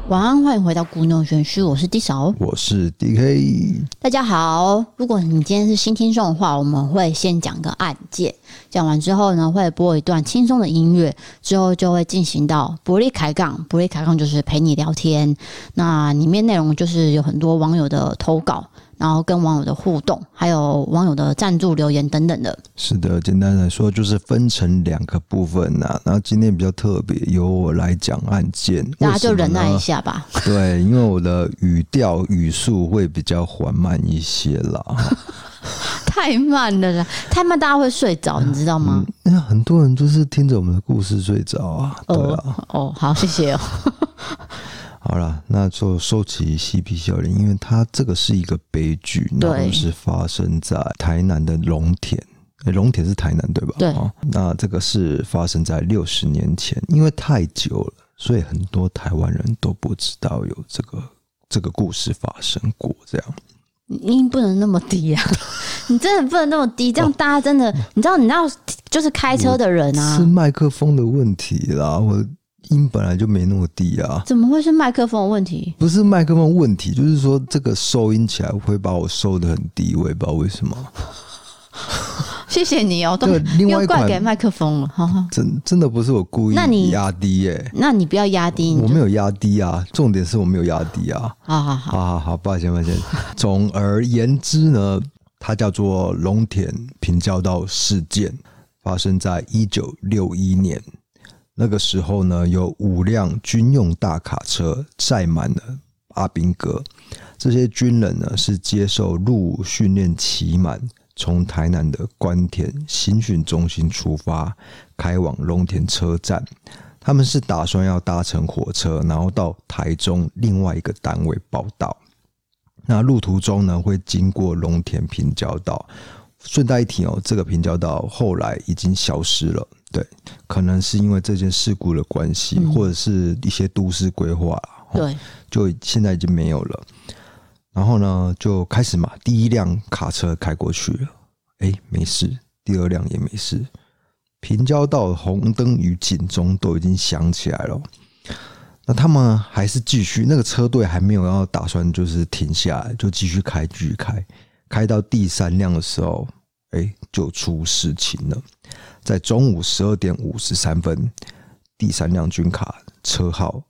晚安，欢迎回到古牛玄虚，我是 D 嫂， 我是 DK。 大家好，如果你今天是新听众的话，我们会先讲个案件，讲完之后呢，会播一段轻松的音乐，之后就会进行到伯利开杠。伯利开杠就是陪你聊天，那里面内容就是有很多网友的投稿，然后跟网友的互动，还有网友的赞助留言等等的。 是的，简单来说就是分成2个部分啊。然后今天比较特别，由我来讲案件， 大家就忍耐一下吧。 对，因为我的语调语速会比较缓慢一些啦。 太慢了啦，太慢大家会睡着，你知道吗？ 很多人就是听着我们的故事睡着啊。对啊。 好，谢谢哦。 好啦，那就收起嬉皮笑脸，因为它这个是一个悲剧，然后是发生在台南的龙田。龙田是台南对吧？ 对。 那这个是发生在60年前，因为太久了，所以很多台湾人都不知道有这个故事发生过。这样， 你不能那么低啊！你真的不能那么低，这样大家真的，你知道，就是开车的人啊， 是麦克风的问题啦，我音本来就没那么低啊。 怎么会是麦克风的问题？ 不是麦克风问题，就是说这个收音起来会把我收得很低，我也不知道为什么。 谢谢你哦，都又怪给麦克风了。 真的不是我故意压低耶。 那你不要压低， 我没有压低啊，重点是我没有压低啊。好，抱歉。总而言之呢，它叫做龙田平交道事件，发生在1961年。那个时候呢，有5辆军用大卡车载满了阿兵哥，这些军人呢是接受入伍训练期满，从台南的关田新训中心出发，开往龙田车站。他们是打算要搭乘火车，然后到台中另外一个单位报到。那路途中呢，会经过龙田平交道。顺带一提哦，这个平交道后来已经消失了。对，可能是因为这件事故的关系，或者是一些都市规划， 对， 就现在已经没有了。然后呢，就开始嘛，第1辆卡车开过去了，没事，第2辆也没事。平交道的红灯与警钟都已经响起来了，那他们还是继续，那个车队还没有要打算就是停下来，就继续开，开到第3辆的时候，就出事情了。在中午12点53分，第3辆军卡车号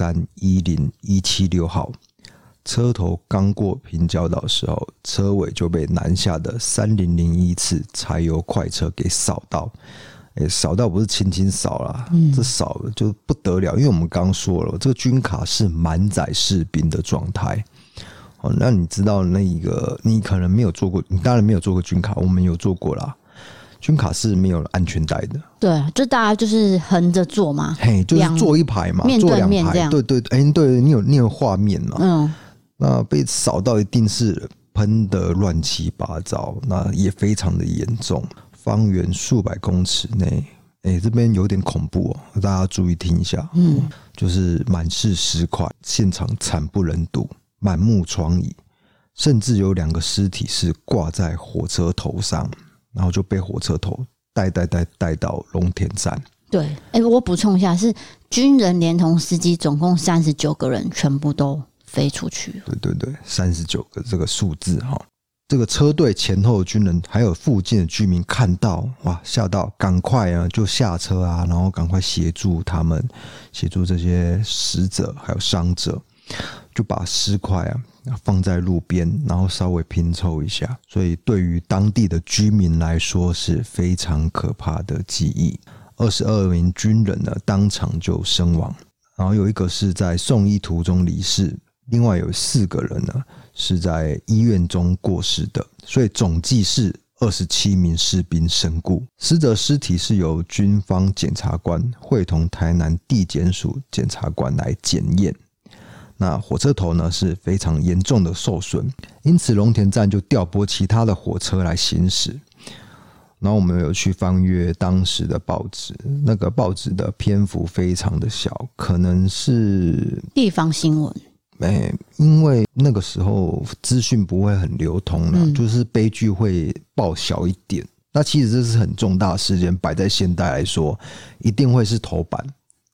2310176号，车头刚过平交道的时候，车尾就被南下的3001次柴油快车给扫到。扫到不是轻轻扫啦，这扫了就不得了，因为我们刚刚说了，这个军卡是满载士兵的状态。那你知道那一个，你可能没有做过，你当然没有做过军卡，我们有做过啦。军卡是没有安全带的， 对，就大家就是横着坐嘛， 就是坐一排嘛， 面对面这样， 对，你有画面嘛，那被扫到一定是喷得乱七八糟，那也非常的严重，方圆数百公尺内，这边有点恐怖哦，大家注意听一下，就是满是尸块，现场惨不忍睹，满目疮痍，甚至有2个尸体是挂在火车头上，然后就被火车头带到龙田站。 对，我补充一下，是军人连同司机总共39个人全部都飞出去了。 对，39个这个数字哈。这个车队前后的军人还有附近的居民看到，哇，吓到，赶快啊就下车啊，然后赶快协助他们，协助这些死者还有伤者，就把尸块放在路边，然后稍微拼凑一下，所以对于当地的居民来说是非常可怕的记忆。22名军人呢当场就身亡，然后有1个是在送医途中离世，另外有4个人呢是在医院中过世的，所以总计是27名士兵身故。死者尸体是由军方检察官会同台南地检署检察官来检验。那火车头呢是非常严重的受损，因此龙田站就调拨其他的火车来行驶。然后我们有去翻阅当时的报纸，那个报纸的篇幅非常的小，可能是地方新闻。 因为那个时候资讯不会很流通啦，就是悲剧会报小一点。那其实这是很重大的事件，摆在现代来说，一定会是头版。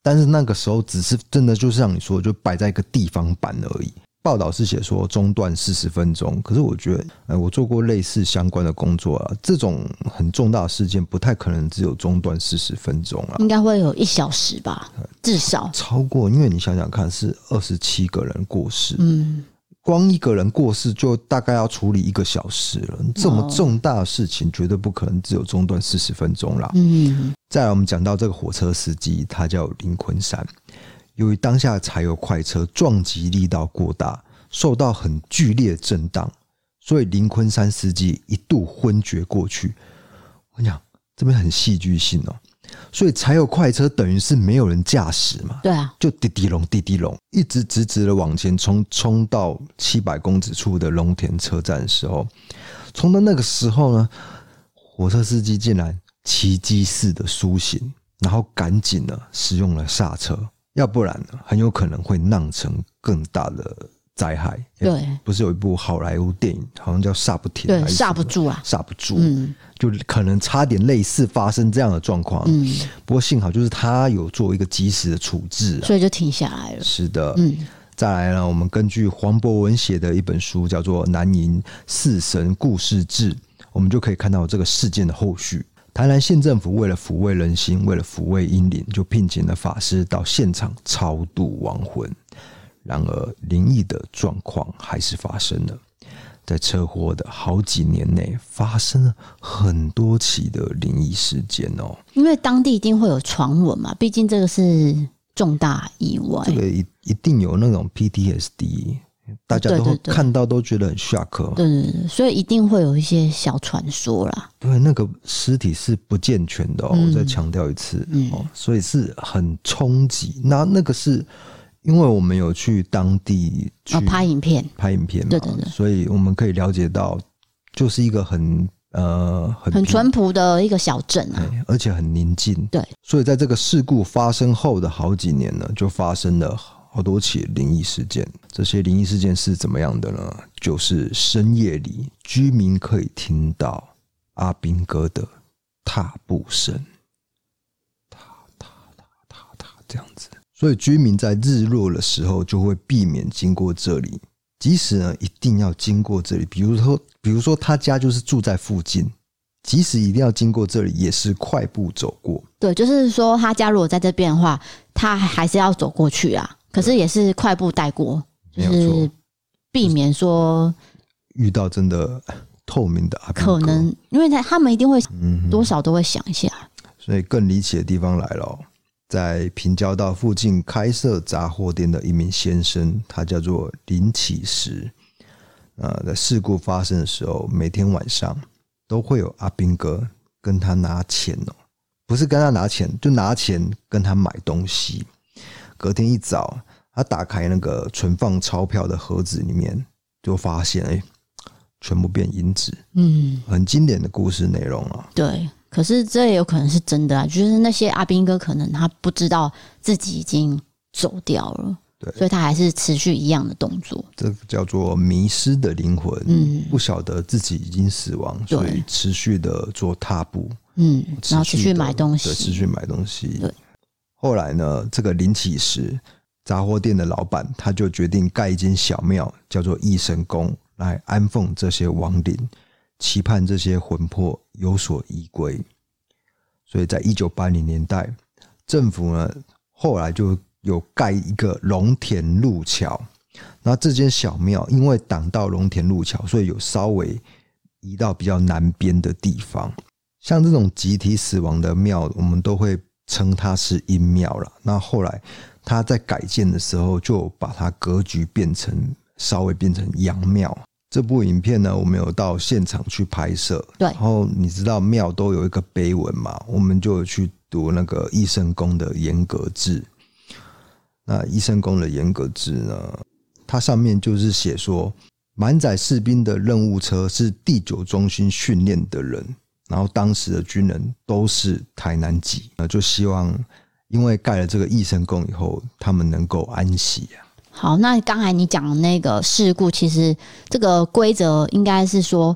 但是那个时候只是真的就是像你说的，就摆在一个地方版而已。报道是写说中断40分钟，可是我觉得，我做过类似相关的工作啊，这种很重大的事件不太可能只有中断40分钟啊， 应该会有1小时吧，至少超过，因为你想想看，是27个人过世，光一个人过世就大概要处理1个小时了，这么重大的事情绝对不可能只有中断40分钟啦。再来我们讲到这个火车司机，他叫林坤山。由于当下柴油快车撞击力道过大，受到很剧烈的震荡，所以林坤山司机一度昏厥过去。我讲这边很戏剧性哦，所以柴油快车等于是没有人驾驶嘛， 对啊， 就滴滴隆滴滴隆，一直直直的往前冲到700公尺处的龙田车站的时候，冲到那个时候呢，火车司机竟然奇迹似的苏醒，然后赶紧的使用了刹车。要不然呢，很有可能会酿成更大的灾害。 对，不是有一部好莱坞电影，好像叫《刹不停》， 对，刹不住啊， 刹不住，就可能差点类似发生这样的状况。不过幸好就是他有做一个及时的处置， 所以就停下来了。 是的，再来呢，我们根据黄博文写的一本书叫做《南瀛四神故事志》，我们就可以看到这个事件的后续。台南县政府为了抚慰人心，为了抚慰阴灵，就聘请了法师到现场超度亡魂。然而灵异的状况还是发生了，在车祸的好几年内发生了很多起的灵异事件哦。 因为当地一定会有传闻嘛，毕竟这个是重大意外， 这个一定有那种 PTSD， 大家都看到都觉得很 shock。对， 所以一定会有一些小传说啦。 对，那个尸体是不健全的哦，我再强调一次哦，所以是很冲击。那个是因为我们有去当地去拍影片嘛，对， 所以我们可以了解到，就是一个很淳朴的一个小镇啊， 而且很宁静。 对， 所以在这个事故发生后的好几年呢，就发生了好多起灵异事件。这些灵异事件是怎么样的呢？就是深夜里居民可以听到阿兵哥的踏步声，踏这样子。所以居民在日落的时候就会避免经过这里，即使呢一定要经过这里，比如说他家就是住在附近，即使一定要经过这里，也是快步走过。 对，就是说他家如果在这边的话，他还是要走过去啊，可是也是快步带过，就是避免说遇到真的透明的阿兵哥， 可能因为他们一定会多少都会想一下。 所以更离奇的地方来了，在平交道附近开设杂货店的一名先生，他叫做林启时。在事故发生的时候，每天晚上都会有阿兵哥跟他拿钱哦，不是跟他拿钱，就拿钱跟他买东西。隔天一早，他打开那个存放钞票的盒子里面，就发现全部变银子。很经典的故事内容啊。 对。可是这也有可能是真的啊，就是那些阿兵哥可能他不知道自己已经走掉了，对，所以他还是持续一样的动作。 这个叫做迷失的灵魂，不晓得自己已经死亡，所以持续的做踏步， 然后持续买东西， 对，持续买东西。 对， 后来呢，这个林启时杂货店的老板，他就决定盖一间小庙，叫做义神宫，来安奉这些亡灵，期盼这些魂魄有所依归。所以在1980年代，政府呢后来就有盖一个龙田路桥，那这间小庙因为挡到龙田路桥，所以有稍微移到比较南边的地方。像这种集体死亡的庙，我们都会称它是阴庙啦。那后来他在改建的时候，就把它格局稍微变成阳庙。这部影片呢，我们有到现场去拍摄， 对。 然后你知道庙都有一个碑文嘛，我们就有去读那个义圣宫的严格志。那义圣宫的严格志呢，它上面就是写说，满载士兵的任务车是第9中心训练的人，然后当时的军人都是台南籍，就希望因为盖了这个义圣宫以后，他们能够安息啊。 好，那刚才你讲的那个事故，其实这个规则应该是说，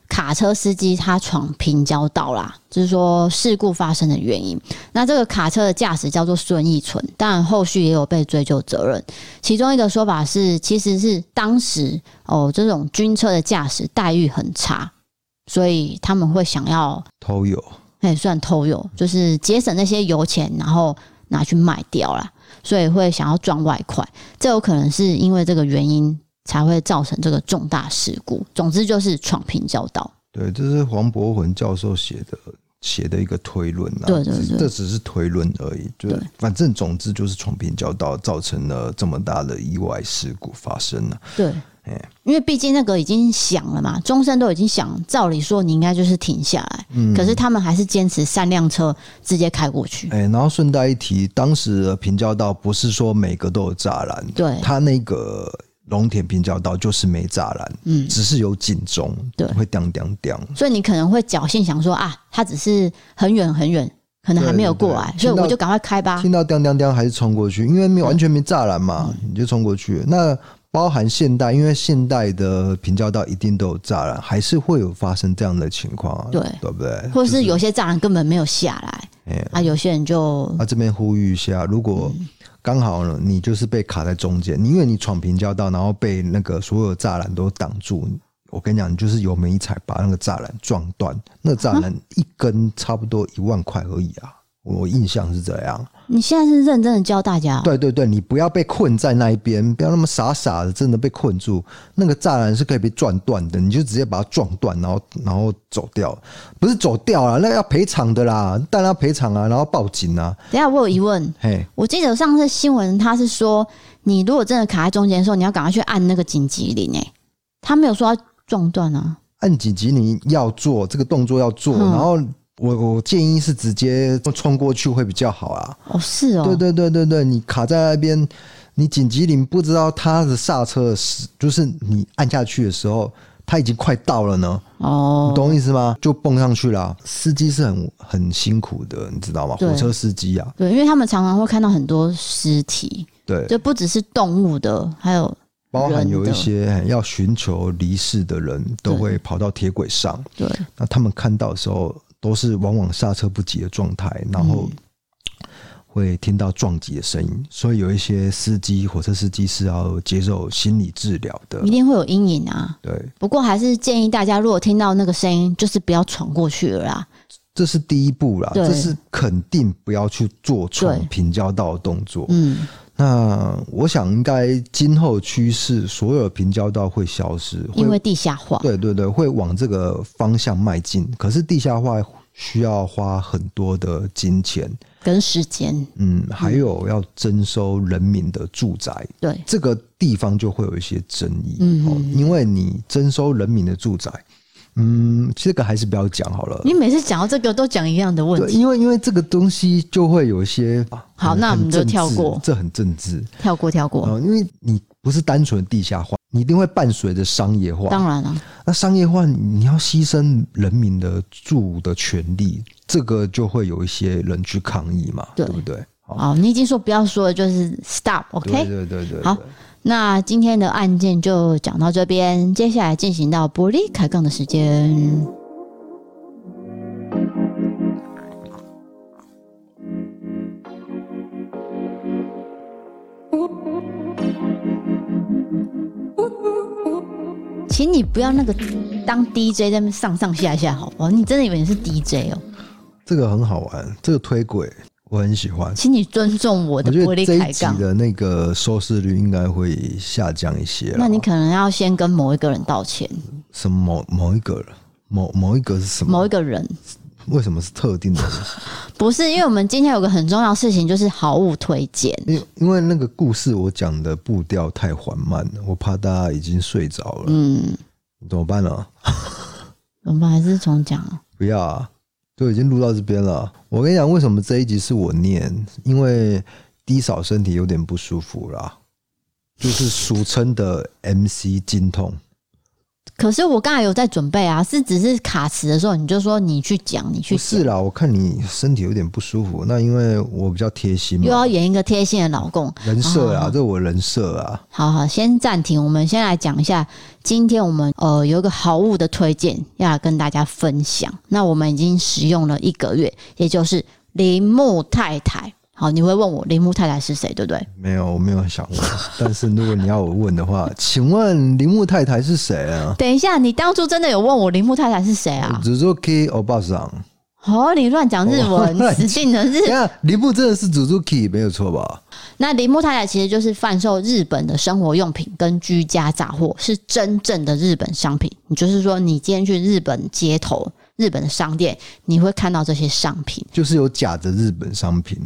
卡车司机他闯平交道啦，就是说事故发生的原因。那这个卡车的驾驶叫做孙义存，当然后续也有被追究责任。其中一个说法是，其实是当时这种军车的驾驶待遇很差，所以他们会想要偷油， 算偷油，就是节省那些油钱，然后拿去卖掉啦，所以会想要赚外快。这有可能是因为这个原因才会造成这个重大事故。总之就是闯平交道。对， 这是黄伯浑教授写的一个推论啊。 对， 这只是推论而已。就反正总之就是闯平交道造成了这么大的意外事故发生了。 对，因为毕竟那个已经响了嘛，钟声都已经响，照理说你应该就是停下来，可是他们还是坚持3辆车直接开过去。 然后顺带一提，当时的平交道不是说每个都有栅栏， 对， 他那个龙田平交道就是没栅栏，只是有警钟，对，会叮叮叮。所以你可能会侥幸想说啊，他只是很远很远，可能还没有过来，所以我就赶快开吧。 听到叮叮叮还是冲过去，因为完全没栅栏嘛，你就冲过去。那包含现代，因为现代的平交道一定都有栅栏，还是会有发生这样的情况啊，对不对？ 或者是有些栅栏根本没有下来，有些人就这边呼吁一下，如果刚好呢，你就是被卡在中间，因为你闯平交道，然后被那个所有栅栏都挡住。我跟你讲，你就是油门一踩，把那个栅栏撞断，那个栅栏一根差不多1万块而已啊！我印象是这样。 你现在是认真的教大家？ 对，你不要被困在那一边，不要那么傻傻的，真的被困住。那个栅栏是可以被撞断的，你就直接把它撞断，然后走掉，不是走掉啦，那要赔偿的啦，当然要赔偿啊，然后报警啊。 等一下我有疑问，我记得上次新闻他是说，你如果真的卡在中间的时候，你要赶快去按那个紧急铃，他没有说要撞断啊。 按紧急铃要做这个动作要做，然后。我建议是直接冲过去会比较好啊。 是哦。 对，你卡在那边，你紧急铃不知道它的刹车就是你按下去的时候，它已经快到了呢。你懂我意思吗？就蹦上去了。司机是很辛苦的，你知道吗？火车司机啊。 对，因为他们常常会看到很多尸体。对，就不只是动物的，还有包含有一些要寻求离世的人都会跑到铁轨上。对，那他们看到的时候。都是往往刹车不及的状态，然后会听到撞击的声音，所以有一些火车司机是要接受心理治疗的， 一定会有阴影啊。 对， 不过还是建议大家，如果听到那个声音，就是不要闯过去了啦。 这是第一步啦，这是肯定不要去做闯平交道的动作。那我想应该今后趋势，所有的平交道会消失， 因为地下化。 对，会往这个方向迈进。可是地下化需要花很多的金钱跟时间， 还有要征收人民的住宅。对，这个地方就会有一些争议。因为你征收人民的住宅。这个还是不要讲好了。 你每次讲到这个都讲一样的问题， 因为这个东西就会有一些好，那我们就跳过， 这很政治， 跳过。 因为你不是单纯的地下化，你一定会伴随着商业化。 当然了， 那商业化你要牺牲人民的住的权利，这个就会有一些人去抗议嘛，对不对？ 好，你已经说不要说了，就是 stop，OK？ 对， 好。那今天的案件就讲到这边，接下来进行到伯利开杠的时间。请你不要那个当 DJ 在那边上上下下好不好？你真的以为你是 DJ 哦？ 这个很好玩，这个推轨我很喜欢， 请你尊重我的伯利开杠。 这一集的那个收视率应该会下降一些。 那你可能要先跟某一个人道歉。 什么某一个人？某一个是什么？ 某一个人？ 为什么是特定的人？ 不是，因为我们今天有个很重要的事情，就是好物推荐。 因为那个故事我讲的步调太缓慢了，我怕大家已经睡着了。怎么办呢？ 怎么办？还是重讲啊？ 不要啊！都已经录到这边了，我跟你讲，为什么这一集是我念？因为低嫂身体有点不舒服啦，就是俗称的 MC 经痛。 可是我刚才有在准备啊，只是卡词的时候你就说你去讲，你去讲。 不是啦，我看你身体有点不舒服，那因为我比较贴心嘛， 又要演一个贴心的老公人设啦，这我人设啊。 好，先暂停，我们先来讲一下，今天我们有一个好物的推荐要来跟大家分享。那我们已经使用了1个月，也就是铃木太太。好，你会问我铃木太太是谁，对不对？ 没有，我没有想问。但是如果你要我问的话，请问铃木太太是谁啊？ 等一下，你当初真的有问我铃木太太是谁啊 ？Suzuki 欧巴桑。 哦，你乱讲日文，死定了！ 铃木真的是 Suzuki 没有错吧？ 那铃木太太其实就是贩售日本的生活用品跟居家杂货，是真正的日本商品。你就是说，你今天去日本街头、日本的商店，你会看到这些商品， 就是有假的日本商品。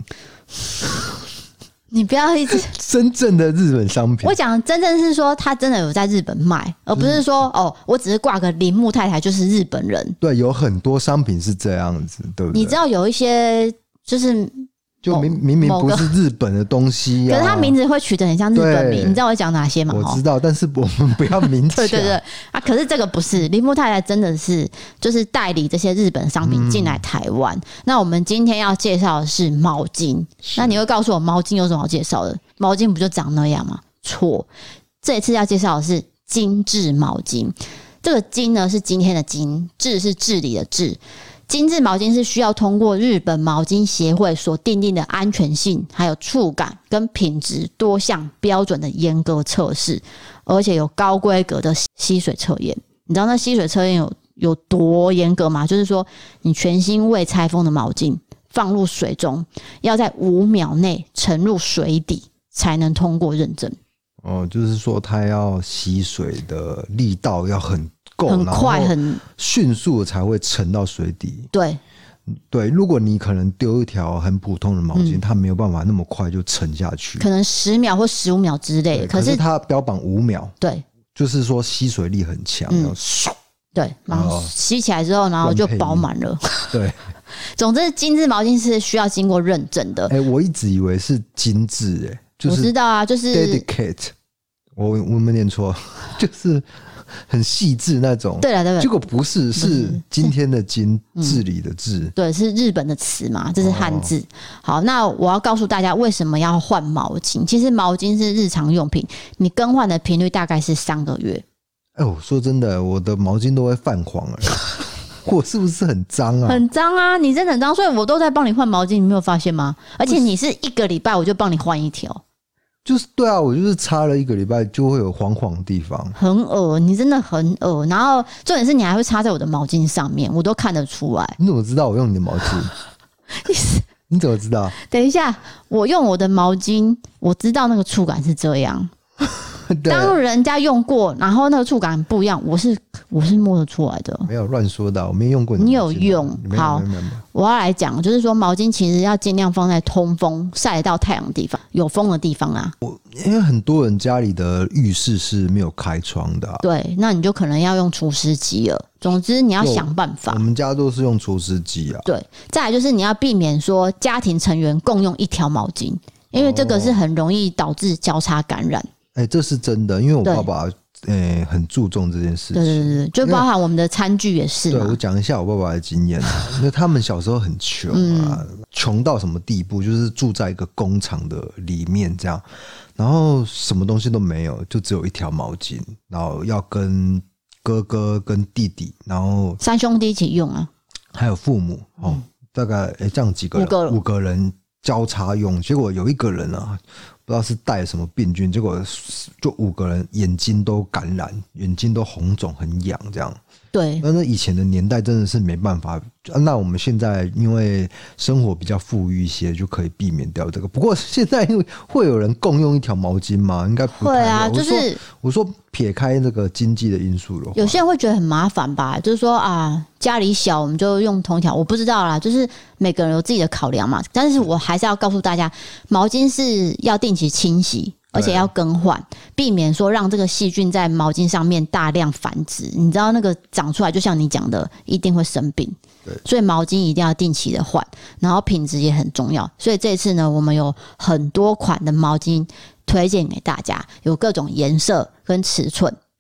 你不要一直真正的日本商品。 我讲真正是说他真的有在日本卖，而不是说我只是挂个铃木太太就是日本人。 对，有很多商品是这样子，对不对？ 你知道有一些就明明不是日本的东西啊， 可是他名字会取得很像日本名，你知道我讲哪些吗？ 我知道，但是我们不要明讲。 对啊，可是这个不是铃木太太，真的是就是代理这些日本商品进来台湾。那我们今天要介绍的是毛巾，那你会告诉我毛巾有什么好介绍的？毛巾不就长那样吗？错，这一次要介绍的是精致毛巾。这个精呢是今天的精，治是治理的治。精致毛巾是需要通过日本毛巾协会所订定的安全性、还有触感跟品质多项标准的严格测试，而且有高规格的吸水测验。你知道那吸水测验有多严格吗？就是说，你全新未拆封的毛巾放入水中，要在5秒内沉入水底才能通过认证。 就是说它要吸水的力道要很够， 很快很迅速才会沉到水底。对，如果你可能丢一条很普通的毛巾，它没有办法那么快就沉下去， 可能10秒或15秒之类。 可是它标榜5秒， 对， 就是说吸水力很强， 对，然后吸起来之后，然后就饱满了。 对， 总之精致毛巾是需要经过认证的。 我一直以为是精致，就是我知道啊，就是 dedicate， 我没念错，就是很细致那种。 对了， 结果不是，是今天的精，治理的治。 对，是日本的词嘛，这是汉字。好，那我要告诉大家为什么要换毛巾。其实毛巾是日常用品，你更换的频率大概是3个月。 我说真的，我的毛巾都会泛黄了。我是不是很脏啊？ 很脏啊，你真的很脏，所以我都在帮你换毛巾，你没有发现吗？而且你是1个礼拜我就帮你换1条。 就是对啊，我就是擦了1个礼拜就会有黄黄的地方， 很恶，你真的很恶。然后重点是你还会擦在我的毛巾上面，我都看得出来。 你怎么知道我用你的毛巾？你怎么知道？ 等一下，我用我的毛巾，我知道那个触感是这样。当人家用过，然后那个触感不一样，我是摸得出来的。 没有乱说的，我没用过你有用。好，我要来讲，就是说毛巾其实要尽量放在通风、晒得到太阳的地方，有风的地方啊。 因为很多人家里的浴室是没有开窗的， 对，那你就可能要用除湿机了。总之你要想办法。 我们家都是用除湿机啊。 对，再来就是你要避免说家庭成员共用1条毛巾，因为这个是很容易导致交叉感染。 这是真的，因为我爸爸很注重这件事情。 对，就包含我们的餐具也是嘛。 对，我讲一下我爸爸的经验因为他们小时候很穷啊，穷到什么地步，就是住在一个工厂的里面这样，然后什么东西都没有，就只有1条毛巾，然后要跟哥哥跟弟弟，然后 3兄弟一起用啊， 还有父母大概这样几个人，5个人交叉用，结果有1个人啊，不知道是带什么病菌，结果就5个人眼睛都感染，眼睛都红肿很痒这样。 对， 那以前的年代真的是没办法。那我们现在因为生活比较富裕一些，就可以避免掉这个。不过现在会有人共用1条毛巾吗？应该不会啊。就是我说撇开这个经济的因素的话， 有些人会觉得很麻烦吧？就是说啊，家里小我们就用同一条，我不知道啦。就是每个人有自己的考量嘛。但是我还是要告诉大家，毛巾是要定期清洗。而且要更换，避免说让这个细菌在毛巾上面大量繁殖。你知道那个长出来，就像你讲的，一定会生病。 对， 所以毛巾一定要定期的换，然后品质也很重要。所以这次呢，我们有很多款的毛巾推荐给大家，有各种颜色跟尺寸。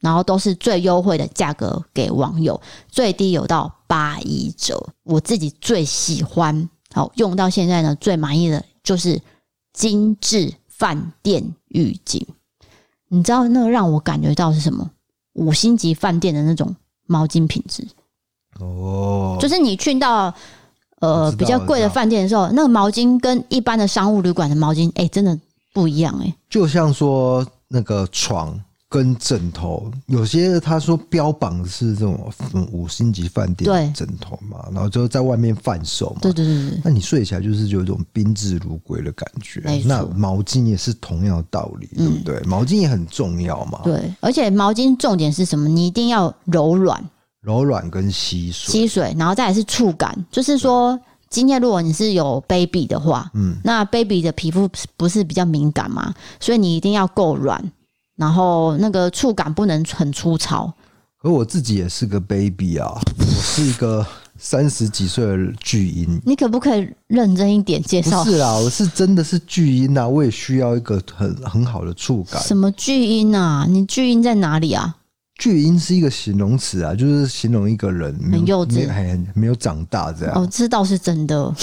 然后都是最优惠的价格给网友，最低有到81折。我自己最喜欢，好用到现在呢，最满意的就是精致饭店浴巾。你知道那个让我感觉到是什么？5星级饭店的那种毛巾品质。 哦， 就是你去到比较贵的饭店的时候，那个毛巾跟一般的商务旅馆的毛巾，真的不一样就像说那个床跟枕头，有些他说标榜是这种5星级饭店的枕头嘛，然后就在外面贩售嘛。 对对对对， 那你睡起来就是有一种宾至如归的感觉。那毛巾也是同样的道理，对不对？毛巾也很重要嘛。 对，而且毛巾重点是什么？你一定要柔软跟吸水， 然后再来是触感，就是说。今天如果你是有 baby 的话，那 baby 的皮肤不是比较敏感嘛，所以你一定要够软，然后那个触感不能很粗糙。 可我自己也是个 baby 啊，我是一个30几岁的巨婴。 你可不可以认真一点介绍？ 不是啦，我是真的是巨婴啊，我也需要一个很好的触感。 什么巨婴啊？你巨婴在哪里啊？ 巨婴是一个形容词啊，就是形容一个人很幼稚， 没有长大这样。 这倒是真的。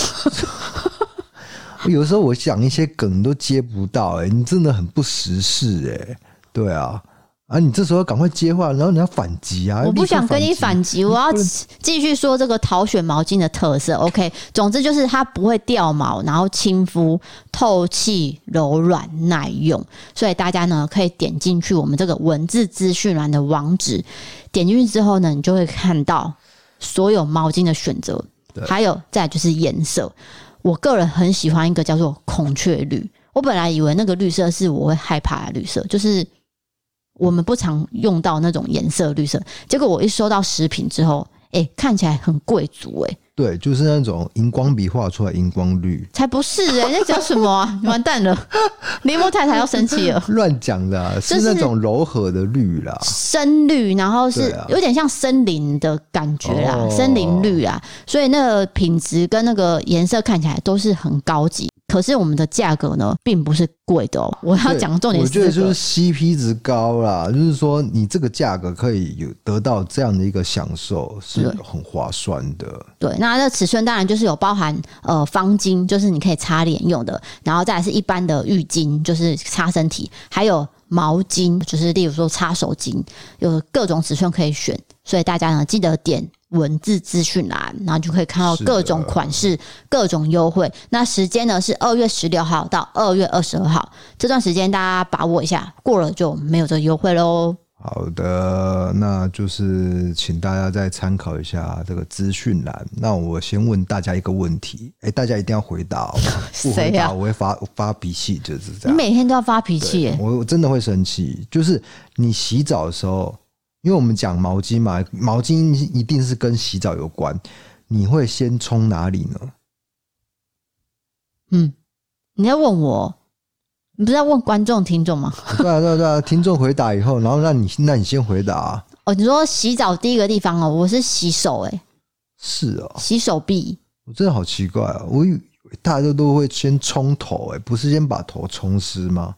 有时候我想一些梗都接不到，你真的很不时事对啊。你这时候赶快接话，然后你要反击啊！ 我不想跟你反击，我要继续说这个淘选毛巾的特色。OK， 总之就是它不会掉毛，然后亲肤、透气、柔软、耐用。所以大家呢可以点进去我们这个文字资讯栏的网址，点进去之后呢，你就会看到所有毛巾的选择，还有再来就是颜色。我个人很喜欢一个叫做孔雀绿，我本来以为那个绿色是我会害怕的绿色，就是我们不常用到那种颜色绿色，结果我一收到食品之后，看起来很贵族对，就是那种荧光笔画出来荧光绿， 才不是那叫什么啊？完蛋了，柠檬太太要生气了， 乱讲的啊，是那种柔和的绿啦， 深绿，然后是有点像森林的感觉啦，森林绿啦，所以那个品质跟那个颜色看起来都是很高级。可是我们的价格呢，并不是贵的我要讲的重点是我觉得就是 CP 值高啦，就是说你这个价格可以有得到这样的一个享受，是很划算的。 对，那这尺寸当然就是有包含方巾，就是你可以擦脸用的，然后再来是一般的浴巾，就是擦身体，还有毛巾，就是例如说擦手巾，有各种尺寸可以选，所以大家呢记得点文字资讯栏，然后就可以看到各种款式、各种优惠。那时间呢是2月16号到2月22号，这段时间大家把握一下，过了就没有这个优惠咯。 好的，那就是请大家再参考一下这个资讯栏。那我先问大家一个问题，大家一定要回答不回答我会发脾气，就是这样。 你每天都要发脾气我真的会生气。就是你洗澡的时候，因为我们讲毛巾嘛，毛巾一定是跟洗澡有关，你会先冲哪里呢？ 你在问我？你不是在问观众听众吗？ 对啊，听众回答以后，然后那你先回答你说洗澡第一个地方我是洗手是洗手臂。 我真的好奇怪我以为大家都会先冲头不是先把头冲湿吗？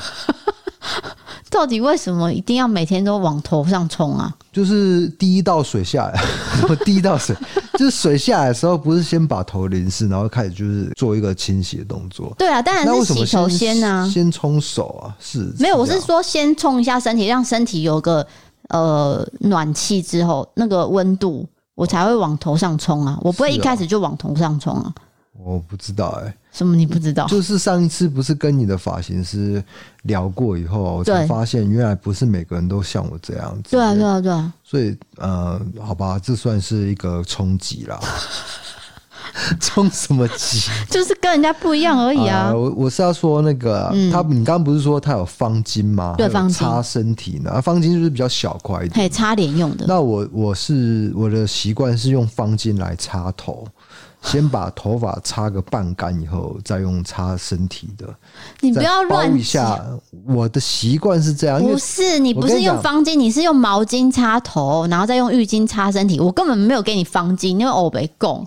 到底为什么一定要每天都往头上冲啊？ 就是第一道水下来，第一道水就是水下来的时候，不是先把头淋湿，然后开始就是做一个清洗的动作。 对啊，当然是洗头先啊， 先冲手是没有，我是说先冲一下身体，让身体有个暖气之后，那个温度我才会往头上冲啊，我不会一开始就往头上冲啊。 我不知道什么你不知道？就是上一次不是跟你的发型师聊过以后，我才发现原来不是每个人都像我这样子。 对啊。 所以好吧，这算是一个冲击啦。冲什么击？ 就是跟人家不一样而已啊。 我是要说那个，你刚刚不是说他有方巾吗？ 对，方巾擦身体呢，方巾就是比较小块一点， 擦脸用的。 那我的习惯是用方巾来擦头。先把头发擦个半干以后，再用擦身体的。 你不要乱包一下。我的习惯是这样。 不是，你不是用方巾，你是用毛巾擦头，然后再用浴巾擦身体。我根本没有给你方巾，因为我没供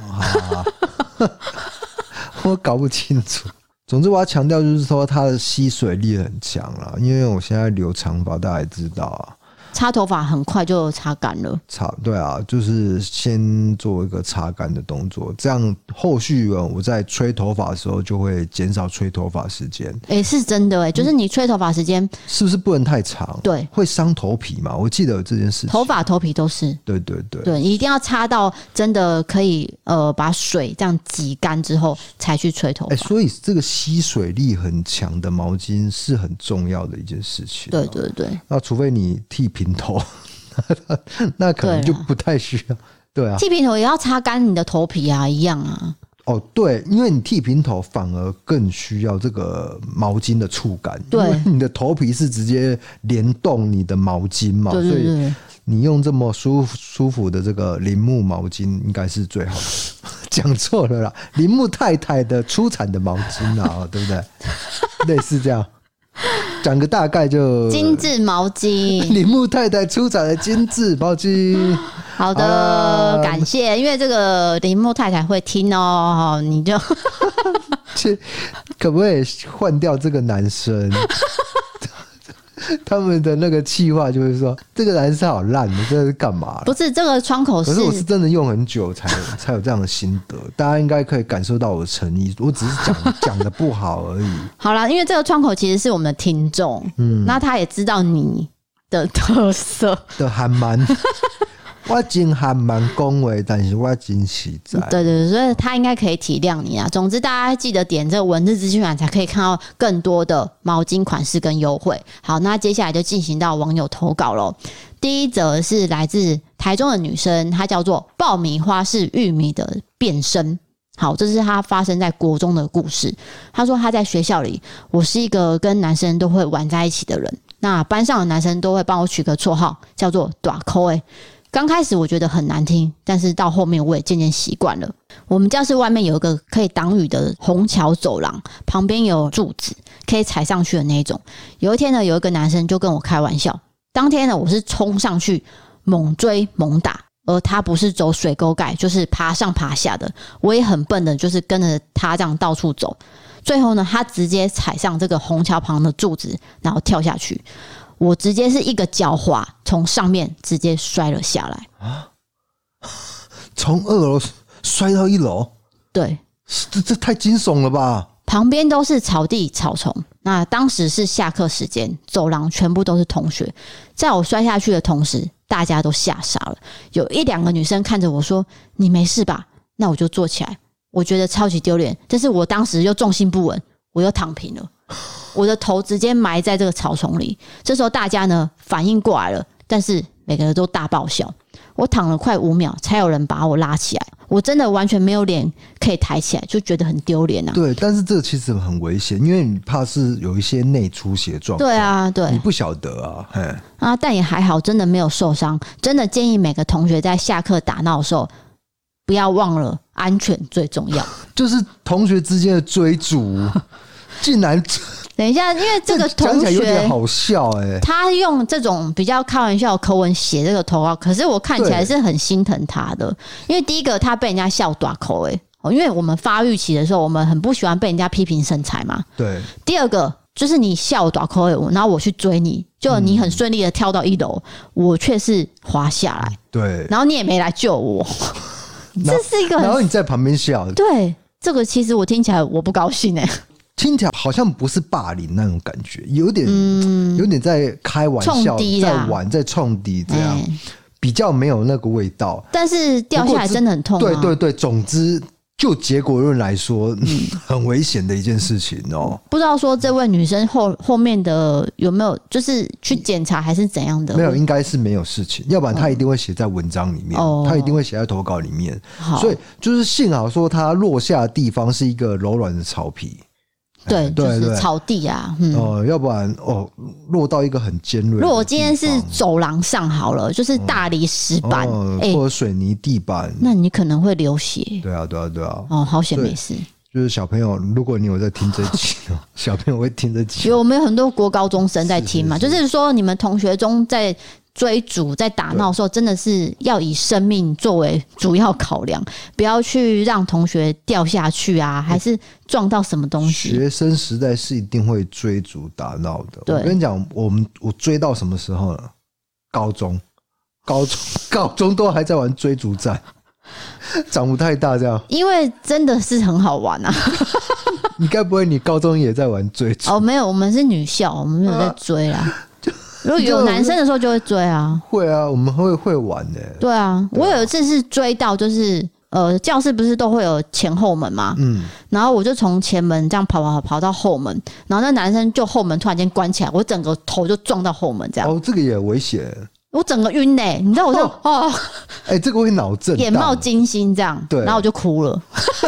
我搞不清楚。总之我要强调就是说它的吸水力很强啦，因为我现在留长发，大家也知道擦头发很快就擦干了。 对啊，就是先做一个擦干的动作，这样后续我在吹头发的时候就会减少吹头发时间。 是真的就是你吹头发时间是不是不能太长？ 对， 会伤头皮嘛？我记得有这件事情。 头发头皮都是。 对对对对，你一定要擦到真的可以把水这样挤干之后才去吹头发。 所以这个吸水力很强的毛巾是很重要的一件事情。 对对对， 那除非你剃平头那可能就不太需要。对啊， 剃平头也要擦干你的头皮啊，一样啊。 对，因为你剃平头反而更需要这个毛巾的触感， 对， 因为你的头皮是直接联动你的毛巾嘛， 对对对， 所以你用这么舒服的这个铃木毛巾应该是最好的。讲错了啦，铃木太太的出产的毛巾啊，对不对？类似这样。讲个大概就精致毛巾， 铃木太太出产的精致毛巾。 好的，感谢，因为这个铃木太太会听哦，你就可不可以换掉这个男生？他们的那个企划就是说，这个男生好烂的，这是干嘛？ 不是这个窗口是， 可是我是真的用很久才有这样的心得，大家应该可以感受到我的诚意。我只是讲的不好而已。 好啦，因为这个窗口其实是我们的听众，那他也知道你的特色的还蛮。我真还蛮恭维，但是我真实在。 对对对，所以他应该可以体谅你啊。总之，大家记得点这个文字资讯栏，才可以看到更多的毛巾款式跟优惠。好，那接下来就进行到网友投稿咯。第一则是来自台中的女生，她叫做爆米花是玉米的变身。好，这是她发生在国中的故事。她说她在学校里，我是一个跟男生都会玩在一起的人。那班上的男生都会帮我取个绰号，叫做大口欸。刚开始我觉得很难听，但是到后面我也渐渐习惯了。我们教室外面有一个可以挡雨的虹桥走廊，旁边有柱子可以踩上去的那种。有一天呢，有一个男生就跟我开玩笑，当天呢我是冲上去猛追猛打，而他不是走水沟盖，就是爬上爬下的。我也很笨的，就是跟着他这样到处走。最后呢，他直接踩上这个虹桥旁的柱子，然后跳下去。我直接是一个脚滑，从上面直接摔了下来啊！ 从2楼摔到1楼， 对， 这太惊悚了吧！ 旁边都是草地草丛，那当时是下课时间，走廊全部都是同学。在我摔下去的同时，大家都吓傻了。有1-2个女生看着我说：“你没事吧？”那我就坐起来，我觉得超级丢脸，但是我当时又重心不稳，我又躺平了。我的头直接埋在这个草丛里，这时候大家呢反应过来了，但是每个人都大爆笑。我躺了快5秒，才有人把我拉起来。我真的完全没有脸可以抬起来，就觉得很丢脸啊。 对，但是这个其实很危险，因为你怕是有一些内出血状况。 对啊，对， 你不晓得啊， 但也还好，真的没有受伤。真的建议每个同学在下课打闹的时候，不要忘了安全最重要。 就是同学之间的追逐，竟然。 等一下，因为这个同学讲起来有点好笑他用这种比较开玩笑的口吻写这个投稿，可是我看起来是很心疼他的。因为第一个，他被人家笑大口因为我们发育期的时候，我们很不喜欢被人家批评身材嘛。 对。 第二个就是你笑大口然后我去追你，就你很顺利的跳到1楼，我却是滑下来。 对。 然后你也没来救我，这是一个然后你在旁边笑。 对，这个其实我听起来我不高兴听起来好像不是霸凌那种感觉，有点在开玩笑，在玩，在冲敌这样，比较没有那个味道。 但是掉下来真的很痛对对对，总之就结果论来说，很危险的一件事情哦。 不知道说这位女生后面的有没有就是去检查还是怎样的？ 没有，应该是没有事情，要不然她一定会写在文章里面，她一定会写在投稿里面。所以就是幸好说她落下的地方是一个柔软的草皮。 对，就是草地啊， 要不然落到一个很尖锐。 如果我今天是走廊上好了，就是大理石板， 或者水泥地板， 那你可能会流血。 对啊。 好险没事。 就是小朋友，如果你有在听这集，小朋友会听这集。 我们有很多国高中生在听嘛，就是说你们同学中在追逐在打闹的时候，真的是要以生命作为主要考量，不要去让同学掉下去啊，还是撞到什么东西。 学生时代是一定会追逐打闹的。我跟你讲，我追到什么时候呢？ 高中都还在玩追逐战，长不太大这样。 因为真的是很好玩啊。 你该不会你高中也在玩追逐？ 哦，没有，我们是女校，我们没有在追啦。如果有男生的时候就会追啊。会啊，我们会玩的。 对啊，我有一次是追到就是教室不是都会有前后门吗？然后我就从前门这样跑到后门，然后那男生就后门突然间关起来，我整个头就撞到后门这样。 哦，这个也危险。 我整个晕欸，你知道我就这个会脑震荡， 眼冒金星这样，对，然后我就哭了。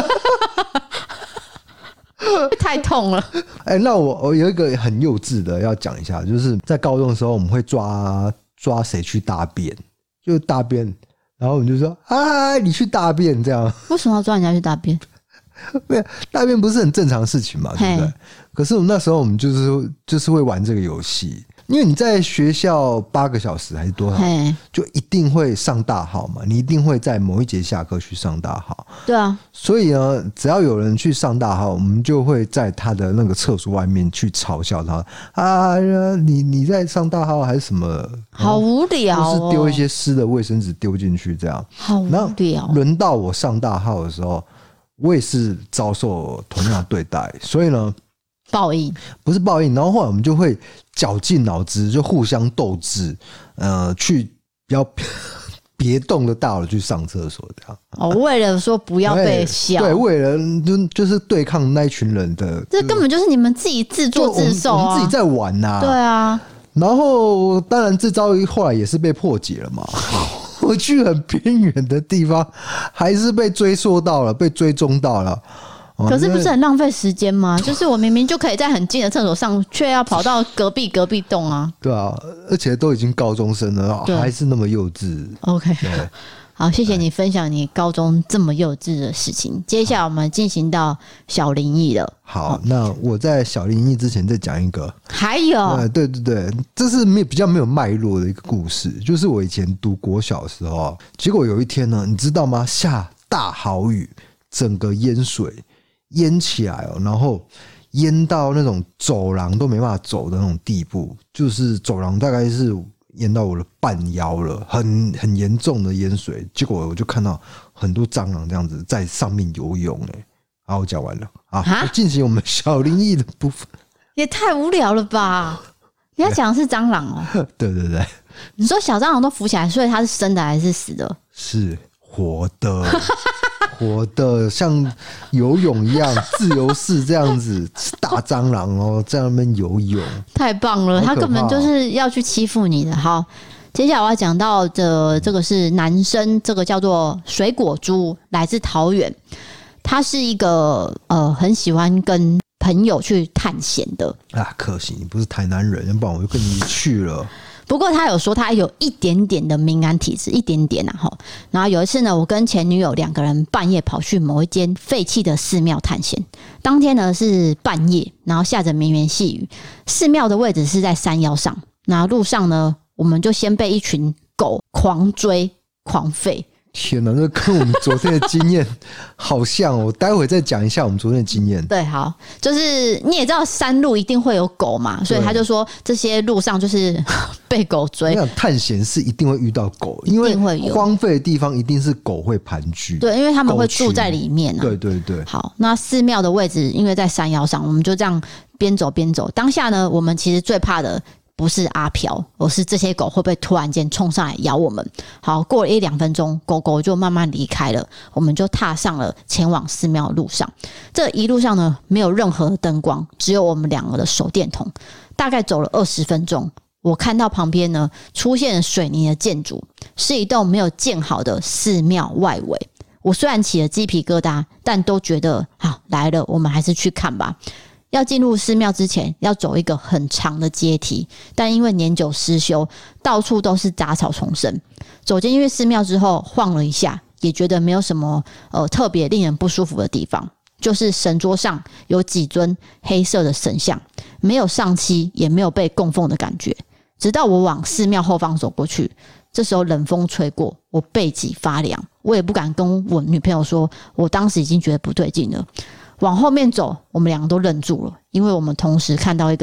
太痛了。 那我有一个很幼稚的要讲一下，就是在高中的时候我们会抓谁去大便，就大便，然后我们就说你去大便这样。为什么要抓人家去大便？ 没有，大便不是很正常的事情嘛，对不对？可是我们那时候我们就是会玩这个游戏。因为你在学校8个小时还是多少，就一定会上大号嘛，你一定会在某一节下课去上大号。 对啊， 所以呢，只要有人去上大号，我们就会在他的那个厕所外面去嘲笑他你在上大号还是什么？ 好无聊哦， 就是丢一些湿的卫生纸丢进去这样。 好无聊。 轮到我上大号的时候，我也是遭受同样的对待，所以呢。 报应不是报应，然后后来我们就会绞尽脑汁，就互相斗智，去别动的大了去上厕所这样。 为了说不要被笑， 对，为了就是对抗那一群人的， 这根本就是你们自己自作自受我们自己在玩呐。 对啊， 然后当然这招后来也是被破解了嘛。我去很偏远的地方，还是被追溯到了，被追踪到了。 可是不是很浪费时间吗？就是我明明就可以在很近的厕所上，却要跑到隔壁栋啊。 对啊，而且都已经高中生了，还是那么幼稚。 OK， 好，谢谢你分享你高中这么幼稚的事情。接下来我们进行到小灵异了。 好，那我在小灵异之前再讲一个。 还有， 对，这是比较没有脉络的一个故事，就是我以前读国小的时候，结果有一天呢，你知道吗？下大豪雨，整个淹水。淹起来然后淹到那种走廊都没办法走的那种地步，就是走廊大概是淹到我的半腰了，很严重的淹水。结果我就看到很多蟑螂这样子在上面游泳好，我讲完了进行我们小灵异的部分。 也太无聊了吧？你要讲的是蟑螂哦？ 对， 你说小蟑螂都浮起来，所以它是生的还是死的？ 是活的。活的像游泳一样自由式这样子，大蟑螂在那边游泳，太棒了！他根本就是要去欺负你的。好，接下来我要讲到的这个是男生，这个叫做水果猪，来自桃园。他是一个很喜欢跟朋友去探险的可惜你不是台南人，要不然我就跟你去了。 不过他有说他有一点点的敏感体质，一点点然后有一次呢，我跟前女友2个人半夜跑去某一间废弃的寺庙探险。当天呢是半夜，然后下着绵绵细雨。寺庙的位置是在山腰上，然后路上呢，我们就先被一群狗狂追狂吠。 天哪，这跟我们昨天的经验好像我待会再讲一下我们昨天的经验。 对，好，就是你也知道山路一定会有狗嘛，所以他就说这些路上就是被狗追。 探险是一定会遇到狗，因为荒废的地方一定是狗会盘踞。 对，因为他们会住在里面对。 好，那寺庙的位置因为在山腰上，我们就这样边走边走。当下呢，我们其实最怕的不是阿飘，而是这些狗会不会突然间冲上来咬我们。好，过了1-2分钟，狗狗就慢慢离开了，我们就踏上了前往寺庙的路上。这一路上呢，没有任何灯光，只有我们2个的手电筒。大概走了20分钟，我看到旁边呢出现了水泥的建筑，是一栋没有建好的寺庙外围。我虽然起了鸡皮疙瘩，但都觉得好，来了，我们还是去看吧。要进入寺庙之前要走一个很长的阶梯，但因为年久失修，到处都是杂草丛生。走进去寺庙之后晃了一下，也觉得没有什么特别令人不舒服的地方，就是神桌上有几尊黑色的神像，没有上漆，也没有被供奉的感觉。直到我往寺庙后方走过去，这时候冷风吹过，我背脊发凉，我也不敢跟我女朋友说，我当时已经觉得不对劲了。往后面走，我们2个都愣住了，因为我们同时看到一个